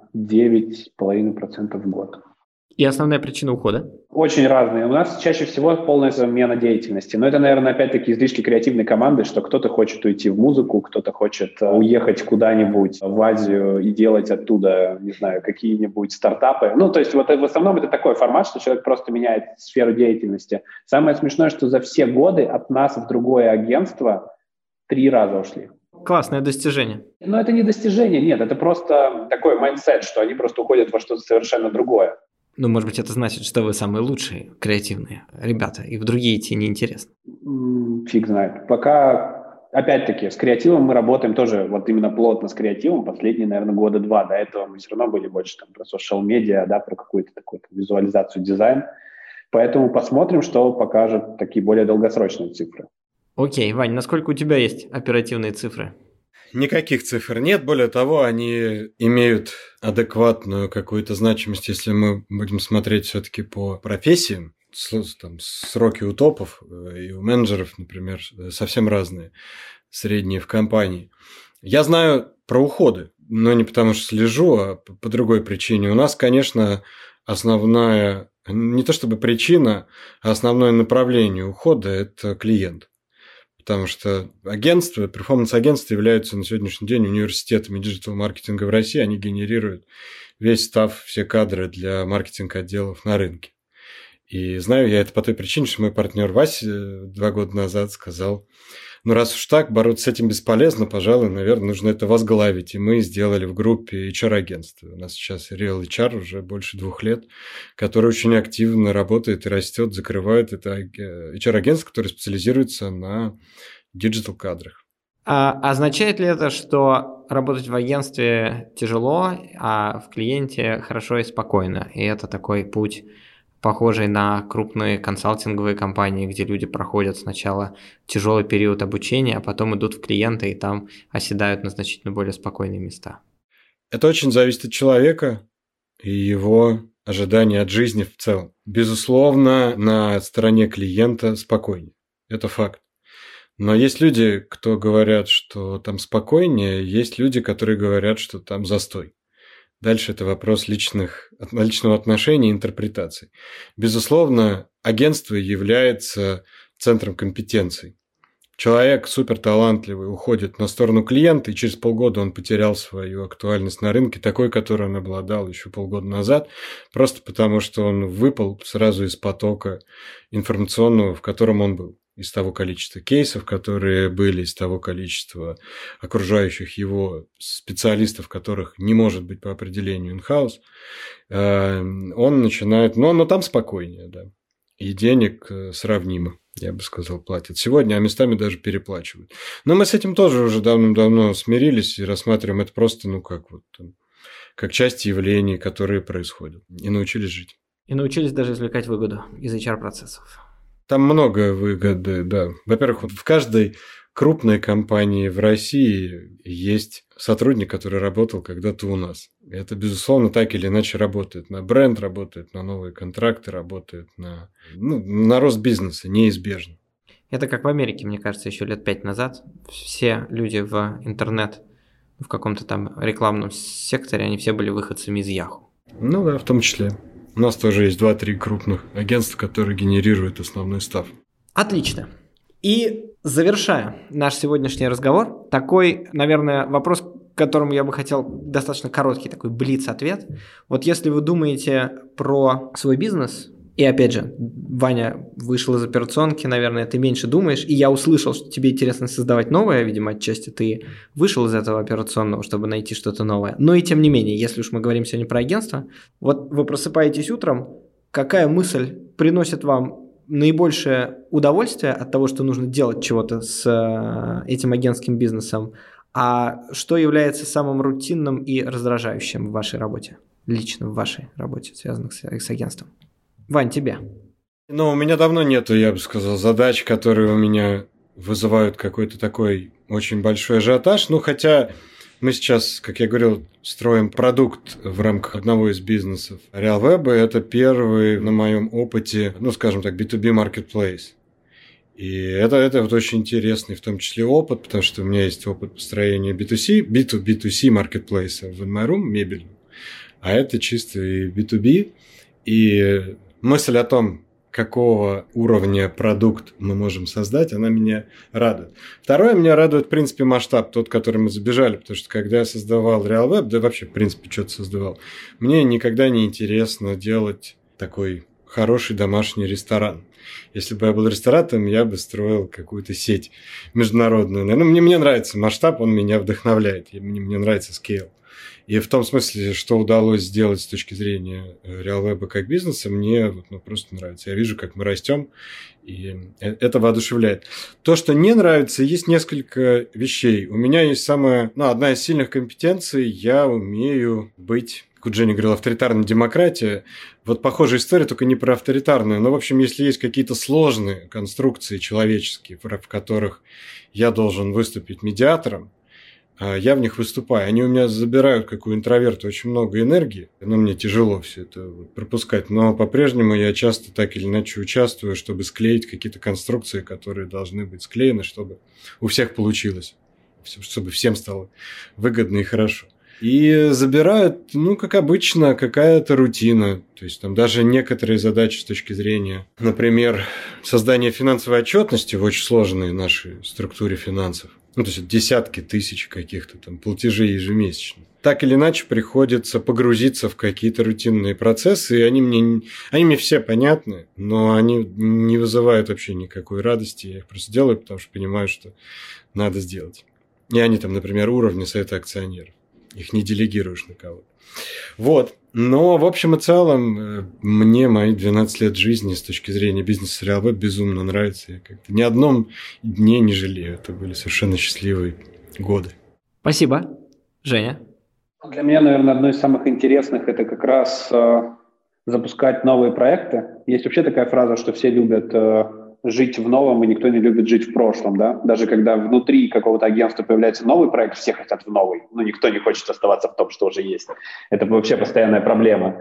9,5% в год. И основная причина ухода? Очень разные. У нас чаще всего полная замена деятельности. Но это, наверное, опять-таки излишки креативной команды, что кто-то хочет уйти в музыку, кто-то хочет уехать куда-нибудь в Азию и делать оттуда, не знаю, какие-нибудь стартапы. Ну, то есть вот в основном это такой формат, что человек просто меняет сферу деятельности. Самое смешное, что за все годы от нас в другое агентство 3 раза ушли. Классное достижение. Но это не достижение, нет, это просто такой майндсет, что они просто уходят во что-то совершенно другое. Ну, может быть, это значит, что вы самые лучшие, креативные ребята, и в другие идти неинтересно. Фиг знает. Пока, опять-таки, с креативом мы работаем тоже вот именно плотно с креативом последние, наверное, 2 года. До этого мы все равно были больше там про social-медиа, да, про какую-то такую визуализацию, дизайн. Поэтому посмотрим, что покажут такие более долгосрочные цифры. Окей, Вань, насколько у тебя есть оперативные цифры? Никаких цифр нет, более того, они имеют адекватную какую-то значимость, если мы будем смотреть все-таки по профессиям. Там, сроки у топов и у менеджеров, например, совсем разные, средние в компании. Я знаю про уходы, но не потому что слежу, а по другой причине. У нас, конечно, основная, не то чтобы причина, а основное направление ухода – это клиент. Потому что агентства, перформанс-агентства являются на сегодняшний день университетами диджитал-маркетинга в России. Они генерируют весь став, все кадры для маркетинг-отделов на рынке. И знаю я это по той причине, что мой партнер Вася 2 года назад сказал, ну раз уж так, бороться с этим бесполезно, пожалуй, наверное, нужно это возглавить. И мы сделали в группе HR-агентство. У нас сейчас Real HR уже больше 2 лет, который очень активно работает и растет, закрывает. Это HR-агентство, которое специализируется на диджитал-кадрах. А означает ли это, что работать в агентстве тяжело, а в клиенте хорошо и спокойно? И это такой путь, похожий на крупные консалтинговые компании, где люди проходят сначала тяжелый период обучения, а потом идут в клиенты и там оседают на значительно более спокойные места? Это очень зависит от человека и его ожидания от жизни в целом. Безусловно, на стороне клиента спокойнее. Это факт. Но есть люди, кто говорят, что там спокойнее, есть люди, которые говорят, что там застой. Дальше это вопрос личного отношения и интерпретаций. Безусловно, агентство является центром компетенций. Человек суперталантливый уходит на сторону клиента, и через полгода он потерял свою актуальность на рынке, такой, которой он обладал еще полгода назад, просто потому что он выпал сразу из потока информационного, в котором он был. Из того количества кейсов, которые были, из того количества окружающих его специалистов, которых не может быть по определению in-house, он начинает... Но там спокойнее, да. И денег сравнимо, я бы сказал, платят сегодня, а местами даже переплачивают. Но мы с этим тоже уже давным-давно смирились и рассматриваем это просто, как часть явлений, которые происходят. И научились жить. И научились даже извлекать выгоду из HR-процессов. Там много выгоды, да. Во-первых, в каждой крупной компании в России есть сотрудник, который работал когда-то у нас. Это, безусловно, так или иначе работает на бренд, работает на новые контракты, работает на рост бизнеса, неизбежно. Это как в Америке, мне кажется, еще лет 5 назад. Все люди в интернет, в каком-то там рекламном секторе, они все были выходцами из Yahoo. Ну да, в том числе. У нас тоже есть 2-3 крупных агентства, которые генерируют основной став. Отлично. И завершая наш сегодняшний разговор, такой, наверное, вопрос, к которому я бы хотел достаточно короткий такой блиц-ответ. Вот если вы думаете про свой бизнес, и опять же, Ваня вышел из операционки, наверное, ты меньше думаешь, и я услышал, что тебе интересно создавать новое, видимо, отчасти ты вышел из этого операционного, чтобы найти что-то новое. Но и тем не менее, если уж мы говорим сегодня про агентство, вот вы просыпаетесь утром, какая мысль приносит вам наибольшее удовольствие от того, что нужно делать чего-то с этим агентским бизнесом, а что является самым рутинным и раздражающим в вашей работе, лично в вашей работе, связанных с агентством? Вань, тебе. У меня давно нету, я бы сказал, задач, которые у меня вызывают какой-то такой очень большой ажиотаж. Хотя Мы сейчас, как я говорил, строим продукт в рамках одного из бизнесов. RealWeb – это первый на моем опыте, скажем так, B2B marketplace. И это вот очень интересный, в том числе, опыт, потому что у меня есть опыт построения B2C маркетплейса в InMyRoom, мебельного, а это чисто и B2B. И мысль о том, какого уровня продукт мы можем создать, она меня радует. Второе, меня радует, в принципе, масштаб, тот, который мы забежали, потому что когда я создавал RealWeb, да вообще, в принципе, что-то создавал, мне никогда не интересно делать такой хороший домашний ресторан. Если бы я был ресторатором, я бы строил какую-то сеть международную. Мне нравится масштаб, он меня вдохновляет, мне нравится скейл. И в том смысле, что удалось сделать с точки зрения RealWeb как бизнеса, мне просто нравится. Я вижу, как мы растем, и это воодушевляет. То, что не нравится, есть несколько вещей. У меня есть одна из сильных компетенций, я умею быть, как Женя говорил, авторитарная демократия. Вот похожая история, только не про авторитарную. Но, в общем, если есть какие-то сложные конструкции человеческие, в которых я должен выступить медиатором, я в них выступаю. Они у меня забирают, как у интроверта, очень много энергии. Мне тяжело все это пропускать. Но по-прежнему я часто так или иначе участвую, чтобы склеить какие-то конструкции, которые должны быть склеены, чтобы у всех получилось. Чтобы всем стало выгодно и хорошо. И забирают, как обычно, какая-то рутина. То есть там даже некоторые задачи с точки зрения, например, создания финансовой отчетности в очень сложной нашей структуре финансов. То есть десятки тысяч каких-то там платежей ежемесячно. Так или иначе приходится погрузиться в какие-то рутинные процессы, и они мне все понятны, но они не вызывают вообще никакой радости. Я их просто делаю, потому что понимаю, что надо сделать. И они там, например, уровня совета акционеров. Их не делегируешь на кого-то. Вот. Но, в общем и целом, мне мои 12 лет жизни с точки зрения бизнеса RealWeb безумно нравится. Я как-то ни одном дне не жалею. Это были совершенно счастливые годы. Спасибо. Женя? Для меня, наверное, одно из самых интересных – это как раз запускать новые проекты. Есть вообще такая фраза, что все любят жить в новом, и никто не любит жить в прошлом, да? Даже когда внутри какого-то агентства появляется новый проект, все хотят в новый, но никто не хочет оставаться в том, что уже есть. Это вообще постоянная проблема.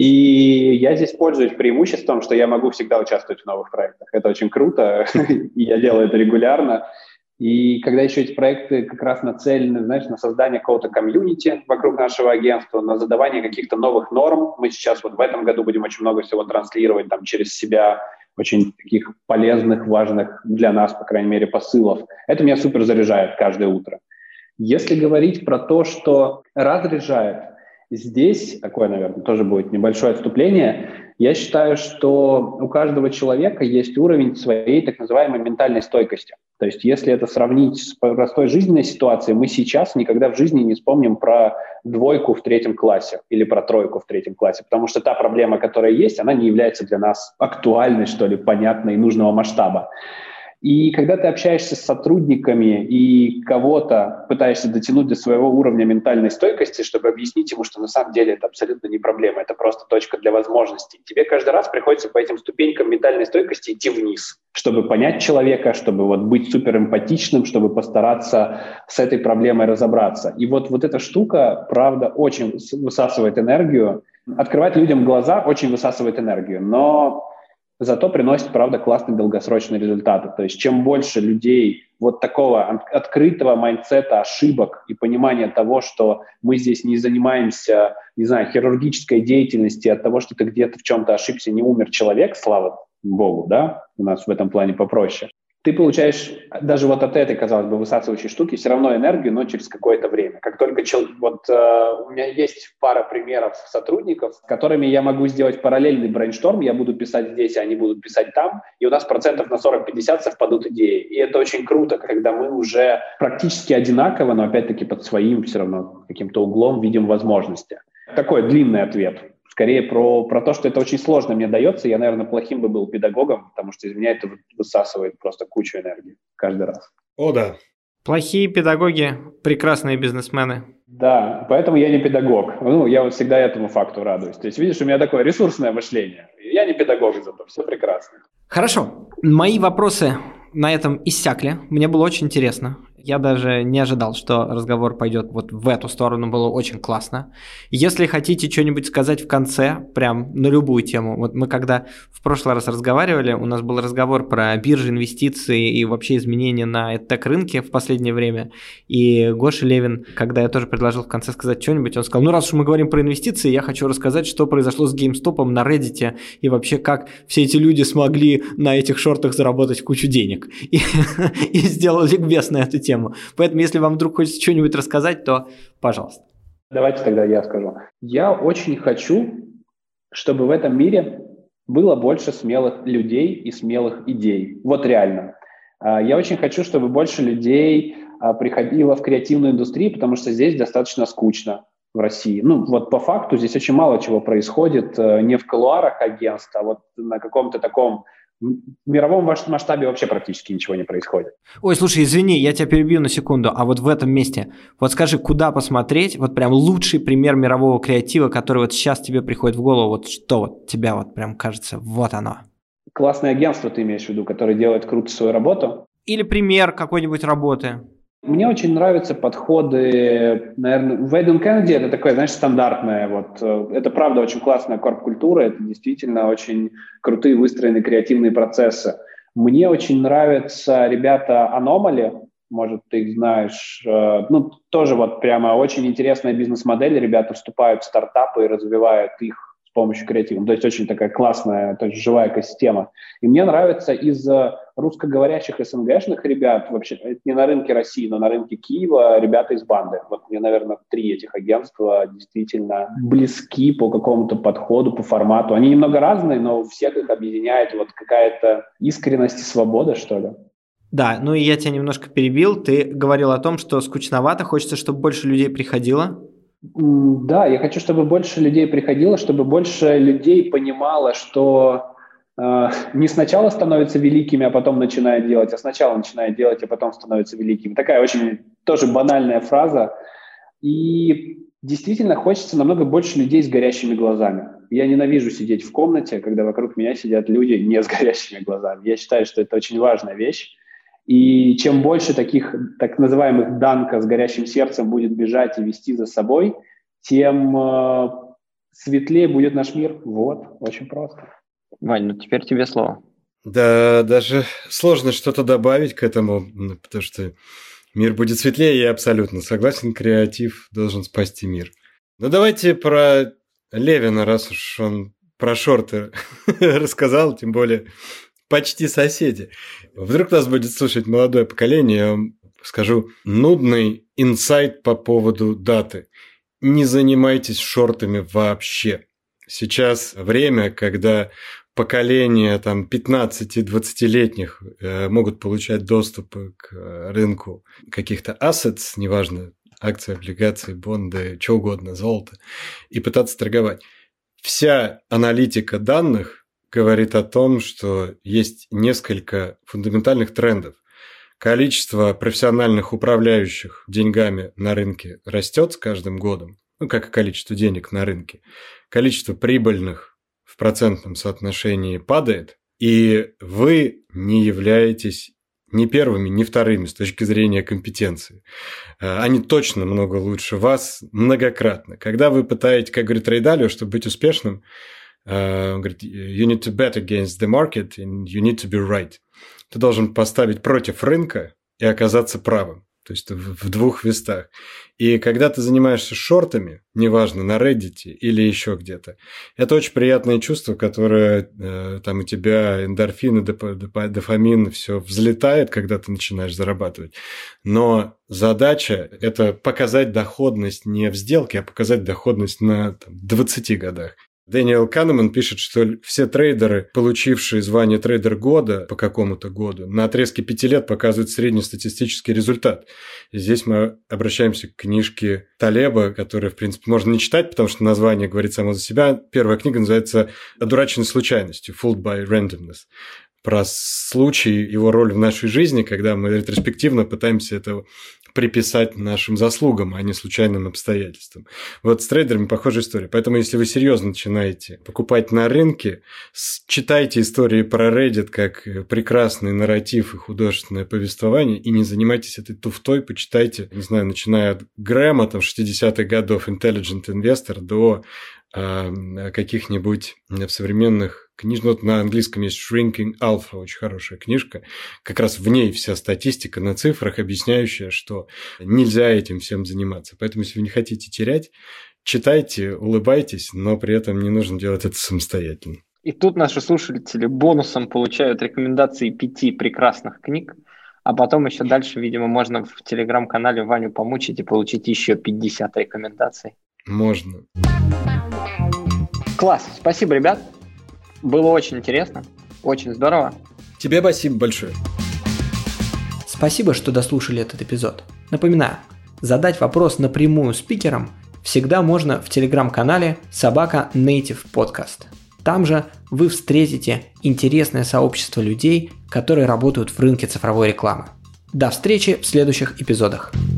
И я здесь пользуюсь преимуществом, что я могу всегда участвовать в новых проектах. Это очень круто, и я делаю это регулярно. И когда еще эти проекты как раз нацелены, на создание какого-то комьюнити вокруг нашего агентства, на задавание каких-то новых норм, мы сейчас в этом году будем очень много всего транслировать через себя, очень таких полезных, важных для нас, по крайней мере, посылов. Это меня супер заряжает каждое утро. Если говорить про то, что разряжает, здесь, такое, наверное, тоже будет небольшое отступление, я считаю, что у каждого человека есть уровень своей так называемой ментальной стойкости. То есть если это сравнить с простой жизненной ситуацией, мы сейчас никогда в жизни не вспомним про 2 в 3 классе или про 3 в 3 классе, потому что та проблема, которая есть, она не является для нас актуальной, что ли, понятной и нужного масштаба. И когда ты общаешься с сотрудниками и кого-то пытаешься дотянуть до своего уровня ментальной стойкости, чтобы объяснить ему, что на самом деле это абсолютно не проблема, это просто точка для возможностей, тебе каждый раз приходится по этим ступенькам ментальной стойкости идти вниз, чтобы понять человека, чтобы быть суперэмпатичным, чтобы постараться с этой проблемой разобраться. И вот эта штука, правда, очень высасывает энергию. Открывать людям глаза очень высасывает энергию, но зато приносит, правда, классные долгосрочные результаты. То есть чем больше людей вот такого открытого майндсета ошибок и понимания того, что мы здесь не занимаемся, хирургической деятельностью, от того, что ты где-то в чем-то ошибся, не умер человек, слава богу, да, у нас в этом плане попроще. Ты получаешь даже от этой, казалось бы, высасывающей штуки все равно энергию, но через какое-то время. Как только у меня есть пара примеров сотрудников, с которыми я могу сделать параллельный брейншторм, я буду писать здесь, а они будут писать там, и у нас процентов на 40-50 совпадут идеи. И это очень круто, когда мы уже практически одинаково, но опять-таки под своим все равно каким-то углом видим возможности. Такой длинный ответ. Скорее про то, что это очень сложно мне дается. Я, наверное, плохим бы был педагогом, потому что из меня это высасывает просто кучу энергии каждый раз. О, да. Плохие педагоги – прекрасные бизнесмены. Да, поэтому я не педагог. Я всегда этому факту радуюсь. То есть, видишь, у меня такое ресурсное мышление. Я не педагог, зато все прекрасно. Хорошо. Мои вопросы на этом иссякли. Мне было очень интересно. Я даже не ожидал, что разговор пойдет вот в эту сторону, было очень классно. Если хотите что-нибудь сказать в конце, прям на любую тему. Вот мы когда в прошлый раз разговаривали, у нас был разговор про биржи, инвестиции и вообще изменения на EdTech-рынке в последнее время. И Гоша Левин, когда я тоже предложил в конце сказать что-нибудь, он сказал, ну раз уж мы говорим про инвестиции, я хочу рассказать, что произошло с GameStop на Reddit и вообще как все эти люди смогли на этих шортах заработать кучу денег. И сделал ликбез на эту тему. Поэтому, если вам вдруг хочется что-нибудь рассказать, то пожалуйста. Давайте тогда я скажу. Я очень хочу, чтобы в этом мире было больше смелых людей и смелых идей. Вот реально. Я очень хочу, чтобы больше людей приходило в креативную индустрию, потому что здесь достаточно скучно в России. Ну, вот по факту здесь очень мало чего происходит не в кулуарах агентств, а вот на каком-то таком в мировом масштабе вообще практически ничего не происходит. Ой, слушай, извини, я тебя перебью на секунду, а вот в этом месте, вот скажи, куда посмотреть, вот прям лучший пример мирового креатива, который вот сейчас тебе приходит в голову, вот что вот тебя вот прям кажется, вот оно. Классное агентство ты имеешь в виду, которое делает круто свою работу? Или пример какой-нибудь работы? Мне очень нравятся подходы, наверное, Вейден Кеннеди, это такое, знаешь, стандартное, вот, это правда очень классная корп-культура, это действительно очень крутые выстроенные креативные процессы. Мне очень нравятся ребята Anomaly, может, ты их знаешь, ну, тоже вот прямо очень интересная бизнес-модель, ребята вступают в стартапы и развивают их с помощью креатива, то есть очень такая классная, то есть живая экосистема. И мне нравится из русскоговорящих СНГшных ребят, вообще не на рынке России, но на рынке Киева, ребята из банды. Вот мне, наверное, 3 этих агентства действительно близки по какому-то подходу, по формату. Они немного разные, но всех их объединяет вот какая-то искренность и свобода, что ли. Да, ну и я тебя немножко перебил. Ты говорил о том, что скучновато, хочется, чтобы больше людей приходило. Да, я хочу, чтобы больше людей приходило, чтобы больше людей понимало, что не сначала становятся великими, а потом начинают делать, а сначала начинают делать, а потом становятся великими. Такая очень тоже банальная фраза. И действительно хочется намного больше людей с горящими глазами. Я ненавижу сидеть в комнате, когда вокруг меня сидят люди не с горящими глазами. Я считаю, что это очень важная вещь. И чем больше таких так называемых данка с горящим сердцем будет бежать и вести за собой, тем светлее будет наш мир. Вот, очень просто. Вань, ну теперь тебе слово. Да, даже сложно что-то добавить к этому, потому что мир будет светлее, я абсолютно согласен, креатив должен спасти мир. Но давайте про Левина, раз уж он про шорты рассказал, тем более почти соседи. Вдруг нас будет слушать молодое поколение, я вам скажу нудный инсайт по поводу даты. Не занимайтесь шортами вообще. Сейчас время, когда поколения там 15-20-летних могут получать доступ к рынку каких-то assets, неважно, акции, облигации, бонды, что угодно, золото, и пытаться торговать. Вся аналитика данных говорит о том, что есть несколько фундаментальных трендов. Количество профессиональных управляющих деньгами на рынке растет с каждым годом, ну, как и количество денег на рынке. Количество прибыльных в процентном соотношении падает, и вы не являетесь ни первыми, ни вторыми с точки зрения компетенции. Они точно много лучше вас многократно. Когда вы пытаетесь, как говорит Рэй Далио, чтобы быть успешным, он говорит, you need to bet against the market and you need to be right. Ты должен поставить против рынка и оказаться правым. То есть в двух местах. И когда ты занимаешься шортами, неважно, на Reddit или еще где-то, это очень приятное чувство, которое там у тебя эндорфины, дофамин, все взлетает, когда ты начинаешь зарабатывать. Но задача – это показать доходность не в сделке, а показать доходность на 20 годах. Дэниел Канеман пишет, что все трейдеры, получившие звание трейдер года по какому-то году, на отрезке 5 лет показывают среднестатистический результат. И здесь мы обращаемся к книжке Талеба, которую, в принципе, можно не читать, потому что название говорит само за себя. Первая книга называется «Одураченный случайностью» (Fooled by Randomness). Про случай, его роль в нашей жизни, когда мы ретроспективно пытаемся это приписать нашим заслугам, а не случайным обстоятельствам. Вот с трейдерами похожая история. Поэтому, если вы серьезно начинаете покупать на рынке, читайте истории про Reddit как прекрасный нарратив и художественное повествование, и не занимайтесь этой туфтой, почитайте, не знаю, начиная от Грэма, там, 60-х годов, Intelligent Investor, до каких-нибудь современных книж. Вот на английском есть Shrinking Alpha, очень хорошая книжка. Как раз в ней вся статистика на цифрах, объясняющая, что нельзя этим всем заниматься. Поэтому, если вы не хотите терять, читайте, улыбайтесь, но при этом не нужно делать это самостоятельно. И тут наши слушатели бонусом получают рекомендации 5 прекрасных книг, а потом еще дальше, видимо, можно в телеграм-канале Ваню помучить и получить еще 50 рекомендаций. Можно. Класс, спасибо, ребят. Было очень интересно, очень здорово. Тебе спасибо большое. Спасибо, что дослушали этот эпизод. Напоминаю, задать вопрос напрямую спикерам всегда можно в телеграм-канале @Native Podcast. Там же вы встретите интересное сообщество людей, которые работают в рынке цифровой рекламы. До встречи в следующих эпизодах.